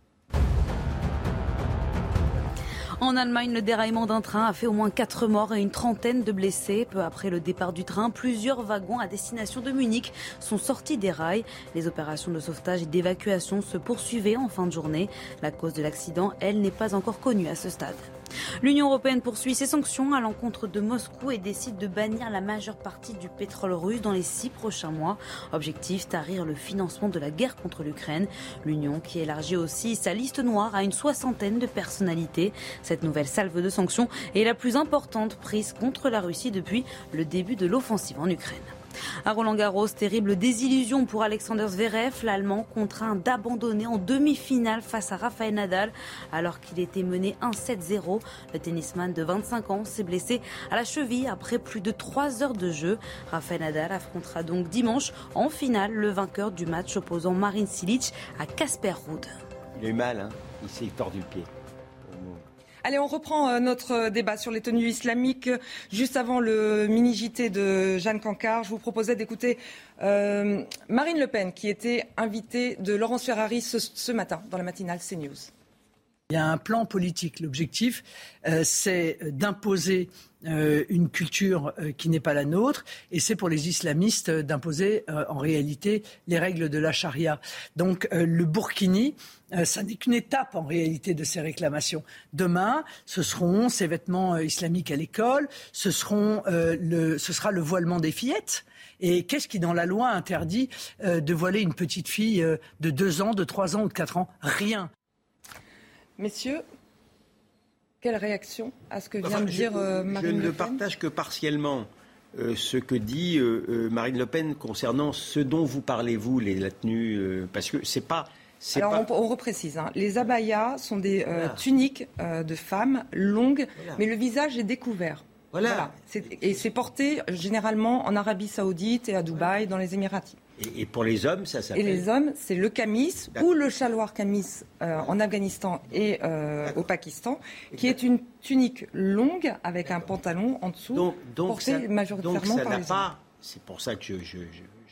En Allemagne, le déraillement d'un train a fait au moins 4 morts et une trentaine de blessés. Peu après le départ du train, plusieurs wagons à destination de Munich sont sortis des rails. Les opérations de sauvetage et d'évacuation se poursuivaient en fin de journée. La cause de l'accident, elle, n'est pas encore connue à ce stade. L'Union européenne poursuit ses sanctions à l'encontre de Moscou et décide de bannir la majeure partie du pétrole russe dans les 6 prochains mois. Objectif, tarir le financement de la guerre contre l'Ukraine. L'Union qui élargit aussi sa liste noire à une 60aine de personnalités. Cette nouvelle salve de sanctions est la plus importante prise contre la Russie depuis le début de l'offensive en Ukraine. À Roland-Garros, terrible désillusion pour Alexander Zverev, l'Allemand contraint d'abandonner en demi-finale face à Rafael Nadal alors qu'il était mené 1-7-0. Le tennisman de 25 ans s'est blessé à la cheville après plus de 3 heures de jeu. Rafael Nadal affrontera donc dimanche en finale le vainqueur du match opposant Marin Cilic à Casper Ruud. Il a eu mal, il s'est tordu le pied. Allez, on reprend notre débat sur les tenues islamiques. Juste avant le mini-JT de Jeanne Cancard, je vous proposais d'écouter Marine Le Pen, qui était invitée de Laurence Ferrari ce matin dans la matinale CNews. Il y a un plan politique. L'objectif, c'est d'imposer une culture qui n'est pas la nôtre, et c'est pour les islamistes d'imposer en réalité les règles de la charia. Donc le burkini, ça n'est qu'une étape en réalité de ces réclamations. Demain, ce seront ces vêtements islamiques à l'école, ce sera le voilement des fillettes. Et qu'est-ce qui, dans la loi, interdit de voiler une petite fille de 2 ans, de 3 ans ou de 4 ans ? Rien. Messieurs, quelle réaction à ce que vient de dire Marine Le Pen ? Je ne partage que partiellement ce que dit Marine Le Pen concernant ce dont vous parlez, vous, la tenue, parce que c'est pas... On reprécise, les abayas sont des tuniques de femmes longues, mais le visage est découvert. Voilà. Et c'est porté généralement en Arabie Saoudite et à Dubaï, dans les Émiratis. Et pour les hommes, ça s'appelle... Et les hommes, c'est le kamis ou le chalwar kamis en Afghanistan et au Pakistan, qui est une tunique longue avec un pantalon en dessous, porté majoritairement par les hommes. C'est pour ça que j'ai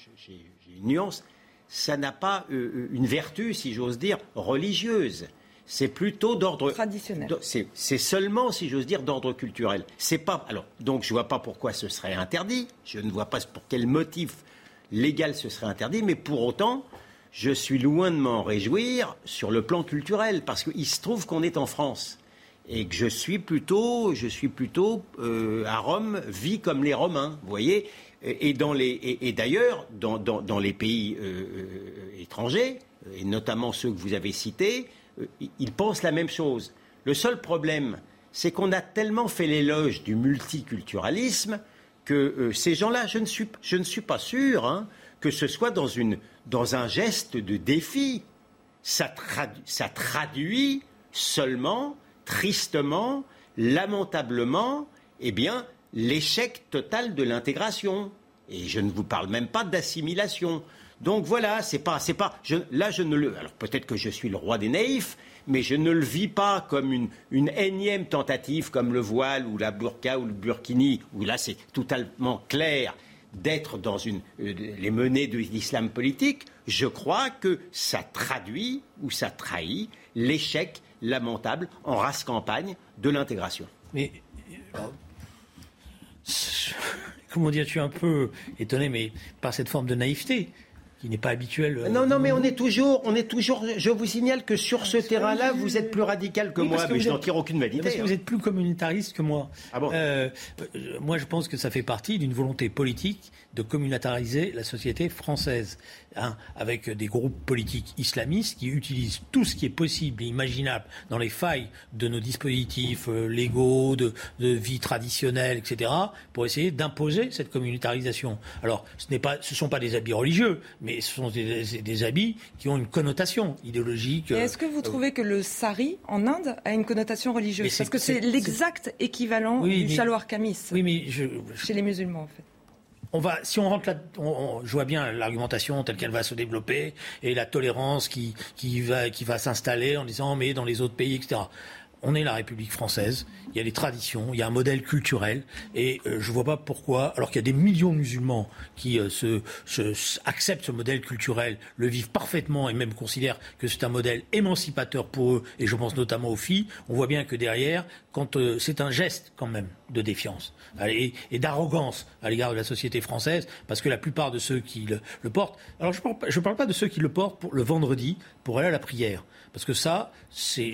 une nuance. Ça n'a pas une vertu, si j'ose dire, religieuse. C'est plutôt d'ordre traditionnel. C'est seulement, si j'ose dire, d'ordre culturel. C'est pas. Alors, donc, je vois pas pourquoi ce serait interdit. Je ne vois pas pour quel motif légal ce serait interdit. Mais pour autant, je suis loin de m'en réjouir sur le plan culturel, parce qu'il se trouve qu'on est en France et que je suis plutôt à Rome, vis comme les Romains. Vous voyez. Et d'ailleurs, dans les pays étrangers, et notamment ceux que vous avez cités, ils pensent la même chose. Le seul problème, c'est qu'on a tellement fait l'éloge du multiculturalisme que ces gens-là, je ne suis pas sûr que ce soit dans un geste de défi. Ça traduit seulement, tristement, lamentablement, l'échec total de l'intégration. Et je ne vous parle même pas d'assimilation. Donc voilà, alors peut-être que je suis le roi des naïfs, mais je ne le vis pas comme une énième tentative comme le voile ou la burqa ou le burkini, où là c'est totalement clair d'être dans les menées de l'islam politique. Je crois que ça traduit ou ça trahit l'échec lamentable en race campagne de l'intégration. Mais comment dire, je suis un peu étonné, mais par cette forme de naïveté qui n'est pas habituelle. Non, mais on est toujours. Je vous signale que sur ce terrain-là, vous êtes plus radical que moi, mais je n'en tire aucune vanité. Parce que vous êtes plus communautariste que moi. Ah bon ? Moi, je pense que ça fait partie d'une volonté politique de communautariser la société française, avec des groupes politiques islamistes qui utilisent tout ce qui est possible et imaginable dans les failles de nos dispositifs légaux, de vie traditionnelle, etc., pour essayer d'imposer cette communautarisation. Alors, ce sont pas des habits religieux, mais ce sont des habits qui ont une connotation idéologique. Et est-ce que vous trouvez que le sari en Inde a une connotation religieuse ? Parce que c'est l'exact équivalent du chalwar kamis chez les musulmans, en fait. Si on rentre là, je vois bien l'argumentation telle qu'elle va se développer et la tolérance qui va s'installer en disant mais dans les autres pays, etc. on est la République française, il y a des traditions, il y a un modèle culturel, et je ne vois pas pourquoi, alors qu'il y a des millions de musulmans qui acceptent ce modèle culturel, le vivent parfaitement et même considèrent que c'est un modèle émancipateur pour eux, et je pense notamment aux filles, on voit bien que derrière, quand c'est un geste quand même de défiance et d'arrogance à l'égard de la société française, parce que la plupart de ceux qui le portent, alors je ne parle pas de ceux qui le portent pour le vendredi pour aller à la prière, parce que ça, c'est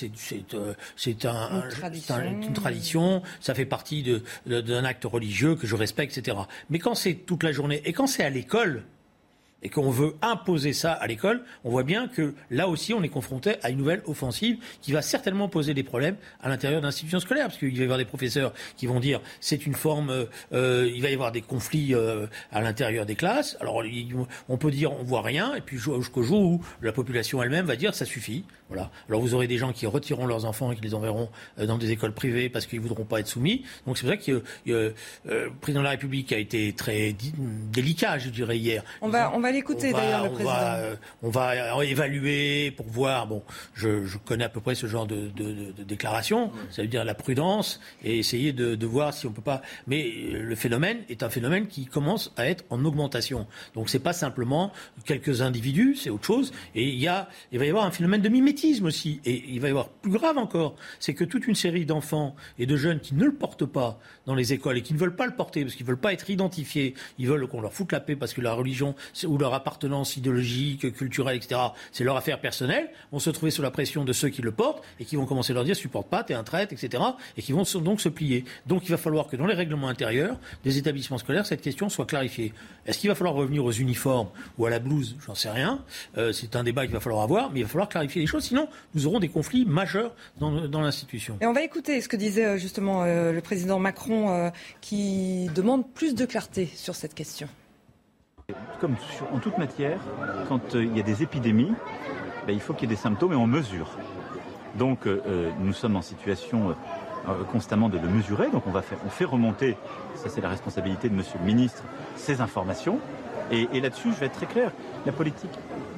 une tradition, ça fait partie d'un acte religieux que je respecte, etc. Mais quand c'est toute la journée et quand c'est à l'école, et qu'on veut imposer ça à l'école, on voit bien que là aussi on est confronté à une nouvelle offensive qui va certainement poser des problèmes à l'intérieur d'institutions scolaires, parce qu'il va y avoir des professeurs qui vont dire c'est une forme, il va y avoir des conflits à l'intérieur des classes. Alors on peut dire on voit rien, et puis jusqu'au jour où la population elle-même va dire ça suffit. Voilà. Alors vous aurez des gens qui retireront leurs enfants et qui les enverront dans des écoles privées parce qu'ils ne voudront pas être soumis. Donc c'est pour ça que le président de la République a été très délicat, je dirais, hier. On va l'écouter d'ailleurs, le président. On va évaluer pour voir. Bon, je connais à peu près ce genre de déclaration. Ça veut dire la prudence et essayer de voir si on peut pas. Mais le phénomène est un phénomène qui commence à être en augmentation. Donc c'est pas simplement quelques individus, c'est autre chose. Et il va y avoir un phénomène de mimétisme aussi. Et il va y avoir plus grave encore, c'est que toute une série d'enfants et de jeunes qui ne le portent pas dans les écoles et qui ne veulent pas le porter parce qu'ils ne veulent pas être identifiés, ils veulent qu'on leur foute la paix parce que la religion ou leur appartenance idéologique, culturelle, etc., c'est leur affaire personnelle, vont se trouver sous la pression de ceux qui le portent et qui vont commencer à leur dire « supporte pas, t'es un traître, etc. » et qui vont donc se plier. Donc il va falloir que dans les règlements intérieurs des établissements scolaires, cette question soit clarifiée. Est-ce qu'il va falloir revenir aux uniformes ou à la blouse ? J'en sais rien. C'est un débat qu'il va falloir avoir, mais il va falloir clarifier les choses, sinon nous aurons des conflits majeurs dans l'institution. Et on va écouter ce que disait justement le président Macron qui demande plus de clarté sur cette question. Comme en toute matière, quand il y a des épidémies, il faut qu'il y ait des symptômes et on mesure. Donc nous sommes en situation constamment de le mesurer, donc on fait remonter, ça c'est la responsabilité de Monsieur le Ministre, ces informations. Et là-dessus, je vais être très clair, la politique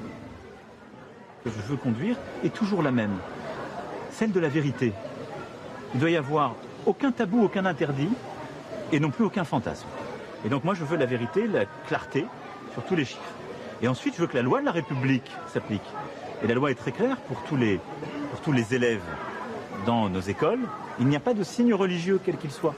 que je veux conduire est toujours la même, celle de la vérité. Il doit y avoir aucun tabou, aucun interdit, et non plus aucun fantasme. Et donc moi je veux la vérité, la clarté sur tous les chiffres. Et ensuite je veux que la loi de la République s'applique. Et la loi est très claire pour tous les élèves dans nos écoles. Il n'y a pas de signe religieux quel qu'il soit.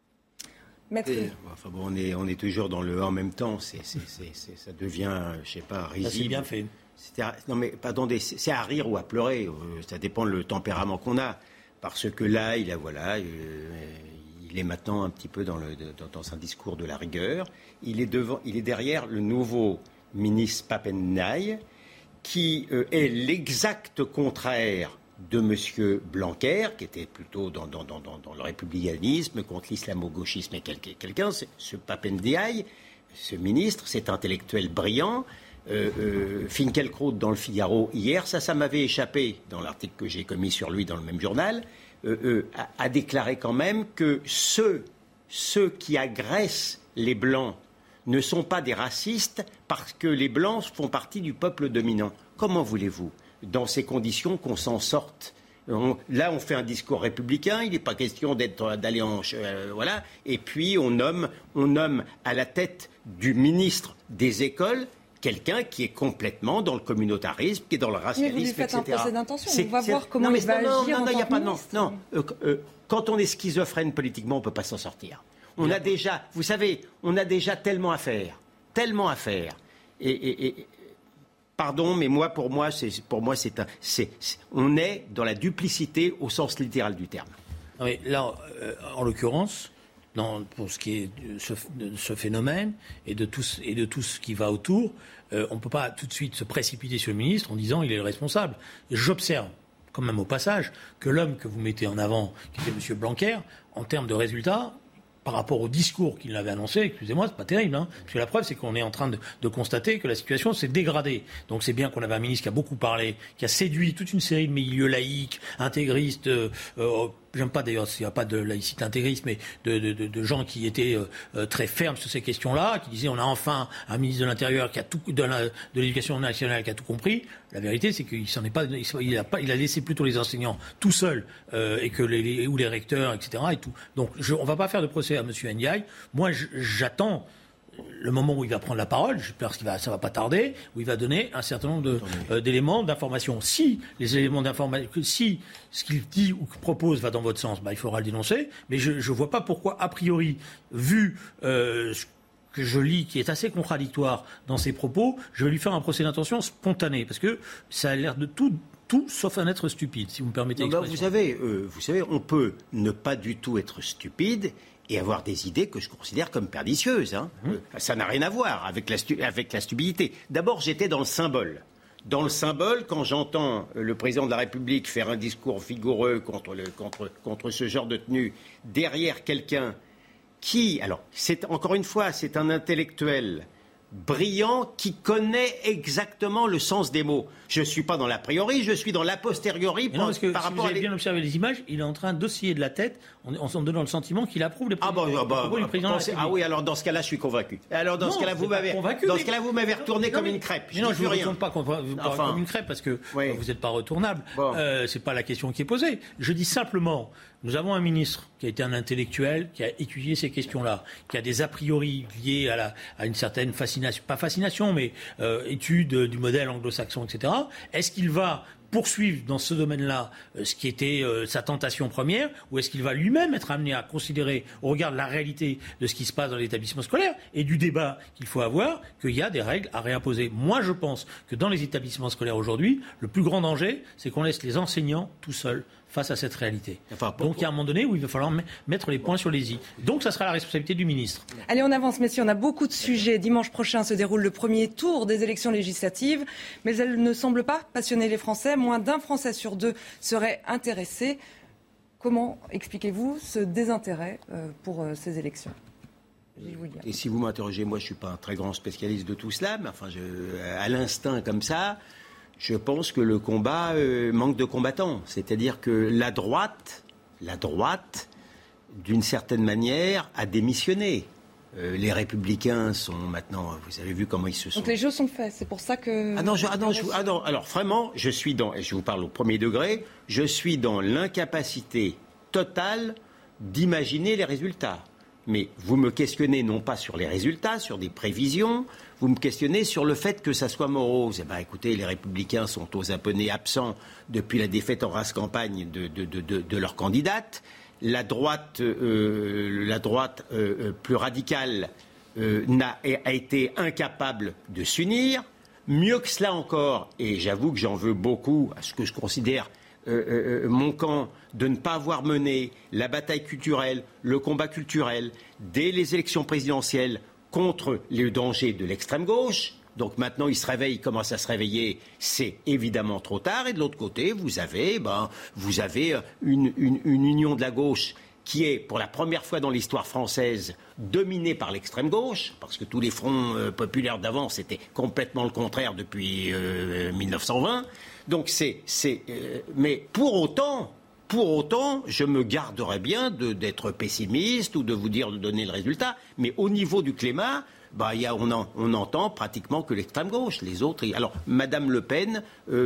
On est toujours dans le en même temps. Ça devient, je sais pas, risible. Ça c'est bien fait. Non mais attendez, c'est à rire ou à pleurer. Ça dépend le tempérament qu'on a. Parce que là, il est maintenant un petit peu dans un discours de la rigueur. Il est derrière le nouveau ministre Pape Ndiaye, qui est l'exact contraire de M. Blanquer, qui était plutôt dans le républicanisme, contre l'islamo-gauchisme et quelqu'un. Ce Pape Ndiaye, ce ministre, cet intellectuel brillant, Finkielkraut dans le Figaro hier, ça m'avait échappé dans l'article que j'ai commis sur lui dans le même journal, a déclaré quand même que ceux qui agressent les Blancs ne sont pas des racistes parce que les Blancs font partie du peuple dominant. Comment voulez-vous, dans ces conditions, qu'on s'en sorte ? Là, on fait un discours républicain, il n'est pas question d'aller en... voilà. Et puis, on nomme à la tête du ministre des écoles quelqu'un qui est complètement dans le communautarisme, qui est dans le racialisme, mais vous lui faites etc. un procès d'intention. On va voir comment il va agir en tant que ministre. Quand on est schizophrène politiquement, on ne peut pas s'en sortir. On a déjà tellement à faire. Et pardon, mais pour moi, on est dans la duplicité au sens littéral du terme. Oui, là, en l'occurrence, pour ce qui est de ce phénomène et de tout ce qui va autour, on ne peut pas tout de suite se précipiter sur le ministre en disant il est le responsable. J'observe quand même au passage que l'homme que vous mettez en avant, qui était M. Blanquer, en termes de résultats, par rapport au discours qu'il avait annoncé, excusez-moi, c'est pas terrible, hein, parce que la preuve, c'est qu'on est en train de constater que la situation s'est dégradée. Donc c'est bien qu'on avait un ministre qui a beaucoup parlé, qui a séduit toute une série de milieux laïcs, intégristes, j'aime pas d'ailleurs s'il n'y a pas de laïcité intégriste, mais de gens qui étaient très fermes sur ces questions-là, qui disaient on a enfin un ministre de l'Intérieur qui a tout, de l'Éducation nationale qui a tout compris. La vérité, c'est qu'il s'en est pas, il a laissé plutôt les enseignants tout seuls et que ou les recteurs, etc. et tout. Donc on va pas faire de procès à M. Ndiaye. Moi, j'attends le moment où il va prendre la parole, j'espère que ça va pas tarder, où il va donner un certain nombre d'éléments d'information. Si les éléments d'information, si ce qu'il dit ou qu'il propose va dans votre sens, il faudra le dénoncer. Mais je vois pas pourquoi, a priori, vu ce que je lis, qui est assez contradictoire dans ses propos, je vais lui faire un procès d'intention spontané, parce que ça a l'air de tout sauf un être stupide, si vous me permettez l'expression. Vous savez, on peut ne pas du tout être stupide et avoir des idées que je considère comme pernicieuses. Ça n'a rien à voir avec la stupidité. D'abord, j'étais dans le symbole. Dans le symbole, quand j'entends le président de la République faire un discours vigoureux contre ce genre de tenue, derrière quelqu'un qui, alors, encore une fois, c'est un intellectuel brillant qui connaît exactement le sens des mots. Je ne suis pas dans l'a priori, je suis dans l'a posteriori. Parce que si vous avez bien observé les images, il est en train d'osciller de la tête en se donnant le sentiment qu'il approuve les propos du président de la République. Ah oui, alors dans ce cas-là, je suis convaincu. Alors dans ce cas-là, vous m'avez retourné comme une crêpe. Non, je ne vous retourne pas comme une crêpe parce que vous n'êtes pas retournable. C'est pas la question qui est posée. Je dis simplement, nous avons un ministre qui a été un intellectuel, qui a étudié ces questions-là, qui a des a priori liés à une certaine fascination, pas fascination, mais étude du modèle anglo-saxon, etc. Est-ce qu'il va poursuivre dans ce domaine-là ce qui était sa tentation première, ou est-ce qu'il va lui-même être amené à considérer, au regard de la réalité de ce qui se passe dans l'établissement scolaire et du débat qu'il faut avoir, qu'il y a des règles à réimposer? Moi, je pense que dans les établissements scolaires aujourd'hui, le plus grand danger, c'est qu'on laisse les enseignants tout seuls face à cette réalité. Donc il y a un moment donné où il va falloir mettre les points sur les i. Donc ça sera la responsabilité du ministre. Allez, on avance, messieurs, on a beaucoup de sujets. Dimanche prochain se déroule le premier tour des élections législatives, mais elles ne semblent pas passionner les Français. Moins d'un Français sur deux serait intéressé. Comment expliquez-vous ce désintérêt pour ces élections ? Et si vous m'interrogez, moi je ne suis pas un très grand spécialiste de tout cela, mais enfin, à l'instinct comme ça, je pense que le combat manque de combattants. C'est-à-dire que la droite, d'une certaine manière, a démissionné. Les Républicains sont maintenant... Vous avez vu comment ils se sont... Donc les jeux sont faits, c'est pour ça que... Alors vraiment, je suis dans... Et je vous parle au premier degré, je suis dans l'incapacité totale d'imaginer les résultats. Mais vous me questionnez non pas sur les résultats, sur des prévisions, vous me questionnez sur le fait que ça soit morose. Écoutez, les Républicains sont aux abonnés absents depuis la défaite en race campagne de leur candidate. La droite plus radicale a été incapable de s'unir. Mieux que cela encore, et j'avoue que j'en veux beaucoup à ce que je considère mon camp, de ne pas avoir mené la bataille culturelle, le combat culturel, dès les élections présidentielles contre les dangers de l'extrême gauche. Donc maintenant, il commence à se réveiller, c'est évidemment trop tard. Et de l'autre côté, vous avez une union de la gauche qui est, pour la première fois dans l'histoire française, dominée par l'extrême gauche, parce que tous les fronts populaires d'avant, c'était complètement le contraire depuis 1920. Donc mais pour autant, je me garderais bien d'être pessimiste ou de vous dire de donner le résultat. Mais au niveau du climat, on entend pratiquement que l'extrême gauche. Les autres, alors Madame Le Pen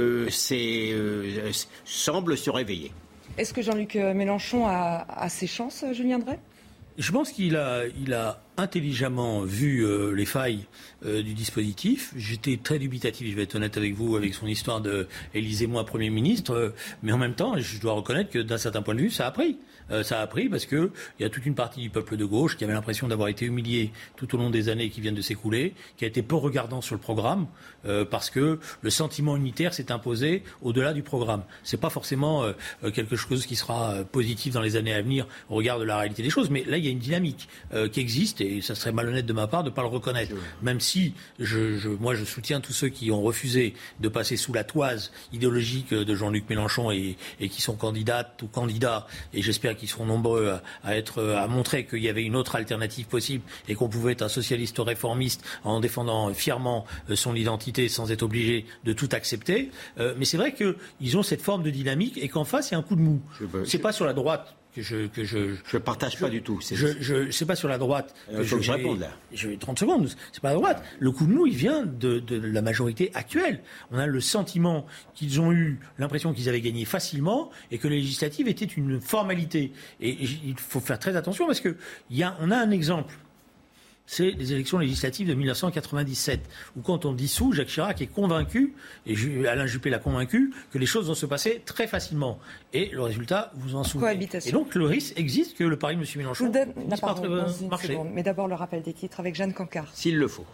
semble se réveiller. Est-ce que Jean-Luc Mélenchon a ses chances, Julien Drey ? Je pense qu'il a intelligemment vu les failles du dispositif. J'étais très dubitatif, je vais être honnête avec vous, avec son histoire de Élysée-moi Premier ministre. Mais en même temps, je dois reconnaître que d'un certain point de vue, ça a pris. Ça a pris parce qu'il y a toute une partie du peuple de gauche qui avait l'impression d'avoir été humilié tout au long des années qui viennent de s'écouler, qui a été peu regardant sur le programme, parce que le sentiment unitaire s'est imposé au-delà du programme. C'est pas forcément quelque chose qui sera positif dans les années à venir au regard de la réalité des choses, mais là il y a une dynamique qui existe et ça serait malhonnête de ma part de ne pas le reconnaître. Même si moi je soutiens tous ceux qui ont refusé de passer sous la toise idéologique de Jean-Luc Mélenchon et qui sont candidates ou candidats, et j'espère qu'ils seront nombreux à montrer qu'il y avait une autre alternative possible et qu'on pouvait être un socialiste réformiste en défendant fièrement son identité sans être obligé de tout accepter. Mais c'est vrai qu'ils ont cette forme de dynamique et qu'en face, il y a un coup de mou. C'est pas sur la droite que je partage pas du tout. C'est pas sur la droite. Il faut que je réponde là. Je vais 30 secondes. C'est pas la droite. Le coup de mou, il vient de la majorité actuelle. On a le sentiment qu'ils ont eu l'impression qu'ils avaient gagné facilement et que les législatives étaient une formalité. Et il faut faire très attention parce que on a un exemple. C'est les élections législatives de 1997, où quand on dissout, Jacques Chirac est convaincu, et Alain Juppé l'a convaincu, que les choses vont se passer très facilement. Et le résultat, vous en souvenez. Et donc le risque existe que le pari de M. Mélenchon puisse pas marcher. Mais d'abord le rappel des titres avec Jeanne Cancard. S'il le faut.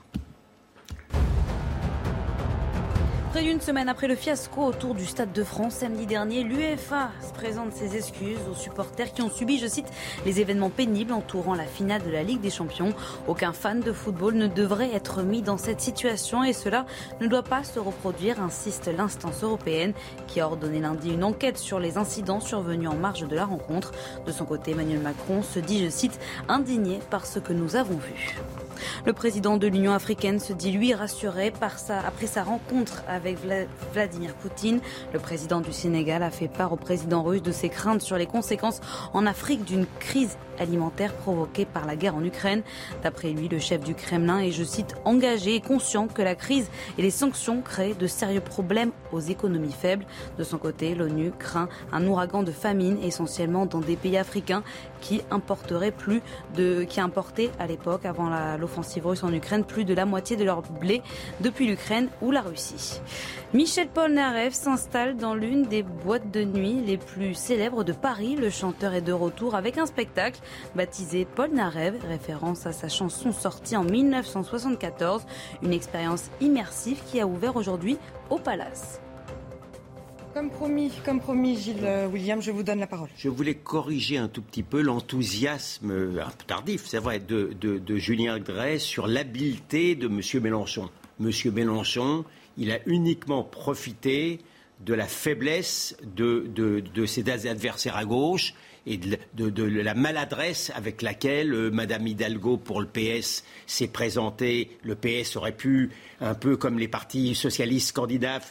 Près d'une semaine après le fiasco autour du Stade de France samedi dernier, l'UEFA se présente ses excuses aux supporters qui ont subi, je cite, les événements pénibles entourant la finale de la Ligue des Champions. Aucun fan de football ne devrait être mis dans cette situation et cela ne doit pas se reproduire, insiste l'instance européenne qui a ordonné lundi une enquête sur les incidents survenus en marge de la rencontre. De son côté, Emmanuel Macron se dit, je cite, indigné par ce que nous avons vu. Le président de l'Union africaine se dit, lui, rassuré après sa rencontre avec Vladimir Poutine. Le président du Sénégal a fait part au président russe de ses craintes sur les conséquences en Afrique d'une crise alimentaire provoquée par la guerre en Ukraine. D'après lui, le chef du Kremlin est, je cite, engagé et conscient que la crise et les sanctions créent de sérieux problèmes aux économies faibles. De son côté, l'ONU craint un ouragan de famine, essentiellement dans des pays africains qui importaient à l'époque, avant l'offensive russe en Ukraine, plus de la moitié de leur blé depuis l'Ukraine ou la Russie. Michel Polnareff s'installe dans l'une des boîtes de nuit les plus célèbres de Paris. Le chanteur est de retour avec un spectacle baptisé Polnareff, référence à sa chanson sortie en 1974. Une expérience immersive qui a ouvert aujourd'hui au Palace. Comme promis, Gilles William, je vous donne la parole. Je voulais corriger un tout petit peu l'enthousiasme un peu tardif, c'est vrai, de Julien Drey sur l'habileté de M. Mélenchon. M. Mélenchon, il a uniquement profité de la faiblesse de ses adversaires à gauche et de la maladresse avec laquelle Mme Hidalgo pour le PS s'est présentée. Le PS aurait pu, un peu comme les partis socialistes scandinaves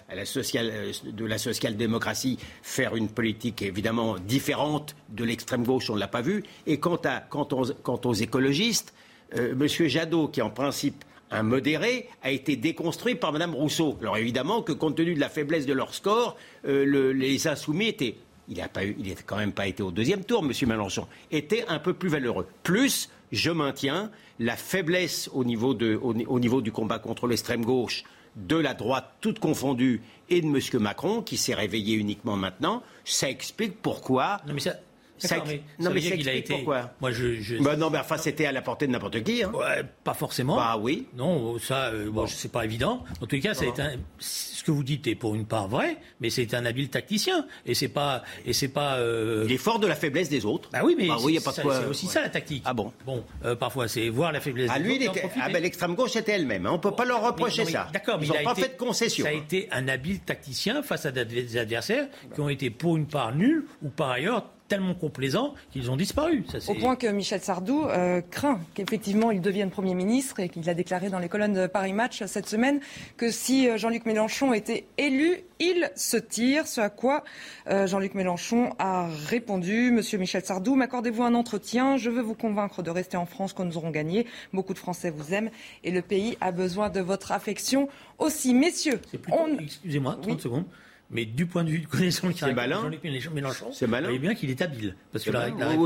de la social-démocratie, faire une politique évidemment différente de l'extrême gauche, on ne l'a pas vu. Et quant aux écologistes, M. Jadot, qui est en principe un modéré, a été déconstruit par Mme Rousseau. Alors évidemment que compte tenu de la faiblesse de leur score, les insoumis étaient... Il n'a quand même pas été au deuxième tour, M. Mélenchon, était un peu plus valeureux. Plus, je maintiens, la faiblesse au niveau du combat contre l'extrême gauche, de la droite toute confondue, et de M. Macron, qui s'est réveillé uniquement maintenant, ça explique pourquoi... Non mais ça... Ça explique pourquoi. Moi, non, mais enfin, c'était à la portée de n'importe qui. Hein. Ouais, pas forcément. Bah oui. Non, ça, c'est pas évident. En tout cas, ce que vous dites est pour une part vrai, mais c'est un habile tacticien. Et c'est pas. Il est fort de la faiblesse des autres. Bah oui, mais y a pas de quoi. C'est aussi ça la tactique. Ah bon. Bon, parfois, c'est voir la faiblesse des autres. L'extrême gauche était elle-même. Hein. On peut pas leur reprocher ça. D'accord, mais ils n'ont pas fait de concession. Ça a été un habile tacticien face à des adversaires qui ont été pour une part nuls ou par ailleurs tellement complaisants qu'ils ont disparu. Au point que Michel Sardou craint qu'effectivement il devienne Premier ministre et qu'il a déclaré dans les colonnes de Paris Match cette semaine que si Jean-Luc Mélenchon était élu, il se tire. Ce à quoi Jean-Luc Mélenchon a répondu: Monsieur Michel Sardou, m'accordez-vous un entretien? Je veux vous convaincre de rester en France quand nous aurons gagné. Beaucoup de Français vous aiment et le pays a besoin de votre affection aussi. Messieurs, excusez-moi, 30 secondes. Mais du point de vue de connaissance de Jean-Luc Mélenchon, vous voyez bien qu'il est habile. Parce que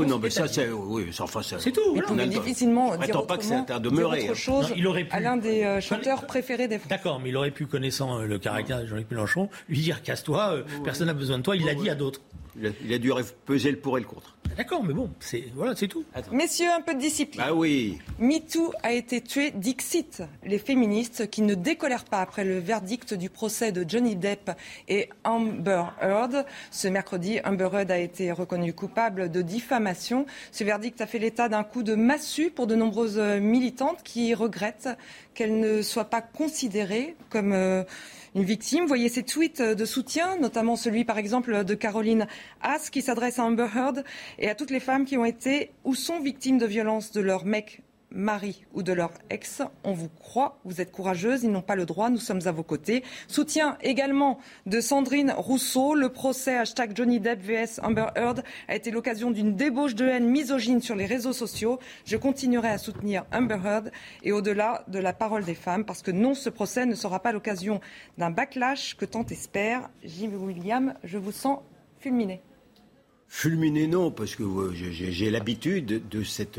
c'est tout. Il pouvait difficilement dire autre chose à l'un des chanteurs préférés des Français. D'accord, mais il aurait pu, connaissant le caractère de Jean-Luc Mélenchon, lui dire casse-toi, personne n'a besoin de toi, il l'a dit à d'autres. Il a dû peser le pour et le contre. D'accord, mais bon, c'est tout. Attends. Messieurs, un peu de discipline. Ah oui. MeToo a été tué dixit. Les féministes qui ne décolèrent pas après le verdict du procès de Johnny Depp et Amber Heard. Ce mercredi, Amber Heard a été reconnue coupable de diffamation. Ce verdict a fait l'état d'un coup de massue pour de nombreuses militantes qui regrettent qu'elle ne soit pas considérée comme... une victime. Voyez ces tweets de soutien, notamment celui par exemple de Caroline Haas qui s'adresse à Amber Heard et à toutes les femmes qui ont été ou sont victimes de violences de leur mec mari ou de leur ex. On vous croit, vous êtes courageuse, ils n'ont pas le droit, nous sommes à vos côtés. Soutien également de Sandrine Rousseau. Le procès #Johnny Depp vs Amber Heard a été l'occasion d'une débauche de haine misogyne sur les réseaux sociaux. Je continuerai à soutenir Amber Heard et au-delà de la parole des femmes, parce que non, ce procès ne sera pas l'occasion d'un backlash que tant espèrent. Gilles William, je vous sens fulminé. Fulminé, non, parce que j'ai l'habitude de cette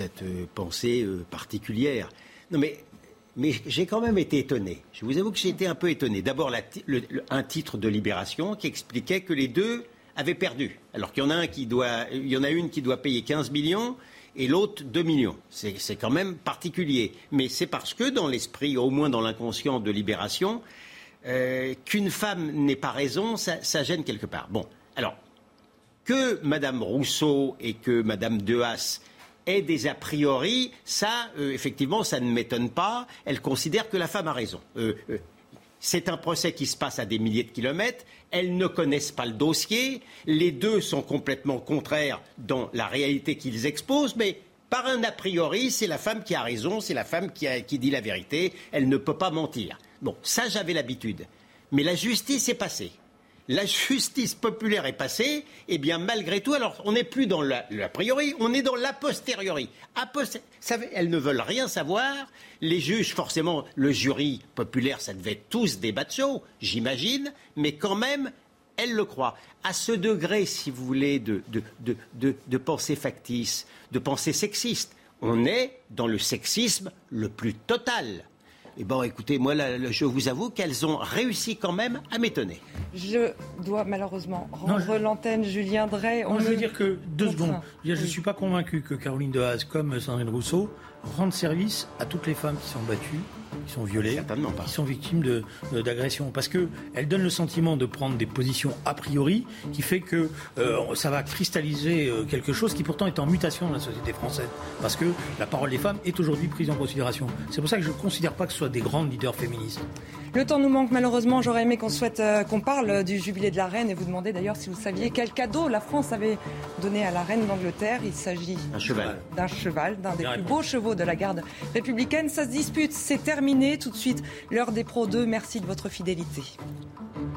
pensée particulière. Non, mais j'ai quand même été étonné. Je vous avoue que j'ai été un peu étonné. D'abord, un titre de Libération qui expliquait que les deux avaient perdu. Alors qu'il y en a une qui doit payer 15 millions et l'autre 2 millions. C'est quand même particulier. Mais c'est parce que dans l'esprit, au moins dans l'inconscient de Libération, qu'une femme n'ait pas raison, ça gêne quelque part. Bon, alors... Que Mme Rousseau et que Mme Dehaas aient des a priori, ça, effectivement, ça ne m'étonne pas. Elles considèrent que la femme a raison. C'est un procès qui se passe à des milliers de kilomètres. Elles ne connaissent pas le dossier. Les deux sont complètement contraires dans la réalité qu'ils exposent, mais par un a priori, c'est la femme qui a raison, c'est la femme qui dit la vérité. Elle ne peut pas mentir. Bon, ça, j'avais l'habitude. Mais la justice est passée. La justice populaire est passée, et bien malgré tout, alors on n'est plus dans l'a priori, on est dans l'a posteriori. Elles ne veulent rien savoir. Les juges, forcément, le jury populaire, ça devait être tous des bachos, j'imagine, mais quand même, elles le croient. À ce degré, si vous voulez, de pensée factice, de pensée sexiste, on est dans le sexisme le plus total. Eh bien, écoutez, moi, je vous avoue qu'elles ont réussi quand même à m'étonner. Je dois malheureusement rendre l'antenne, Julien Drey. Je veux dire que, 2 secondes, je ne suis pas convaincu que Caroline Dehaas, comme Sandrine Rousseau, rendent service à toutes les femmes qui sont battues, qui sont violées, qui sont victimes d'agressions. Parce qu'elles donnent le sentiment de prendre des positions a priori, qui fait que ça va cristalliser quelque chose qui pourtant est en mutation dans la société française. Parce que la parole des femmes est aujourd'hui prise en considération. C'est pour ça que je ne considère pas que ce soit des grandes leaders féministes. Le temps nous manque malheureusement. J'aurais aimé qu'on parle du jubilé de la reine et vous demander d'ailleurs si vous saviez quel cadeau la France avait donné à la reine d'Angleterre. Il s'agit d'un cheval, d'un des plus beaux chevaux de la garde républicaine. Ça se dispute, c'est terminé. Tout de suite, l'heure des pros 2. Merci de votre fidélité.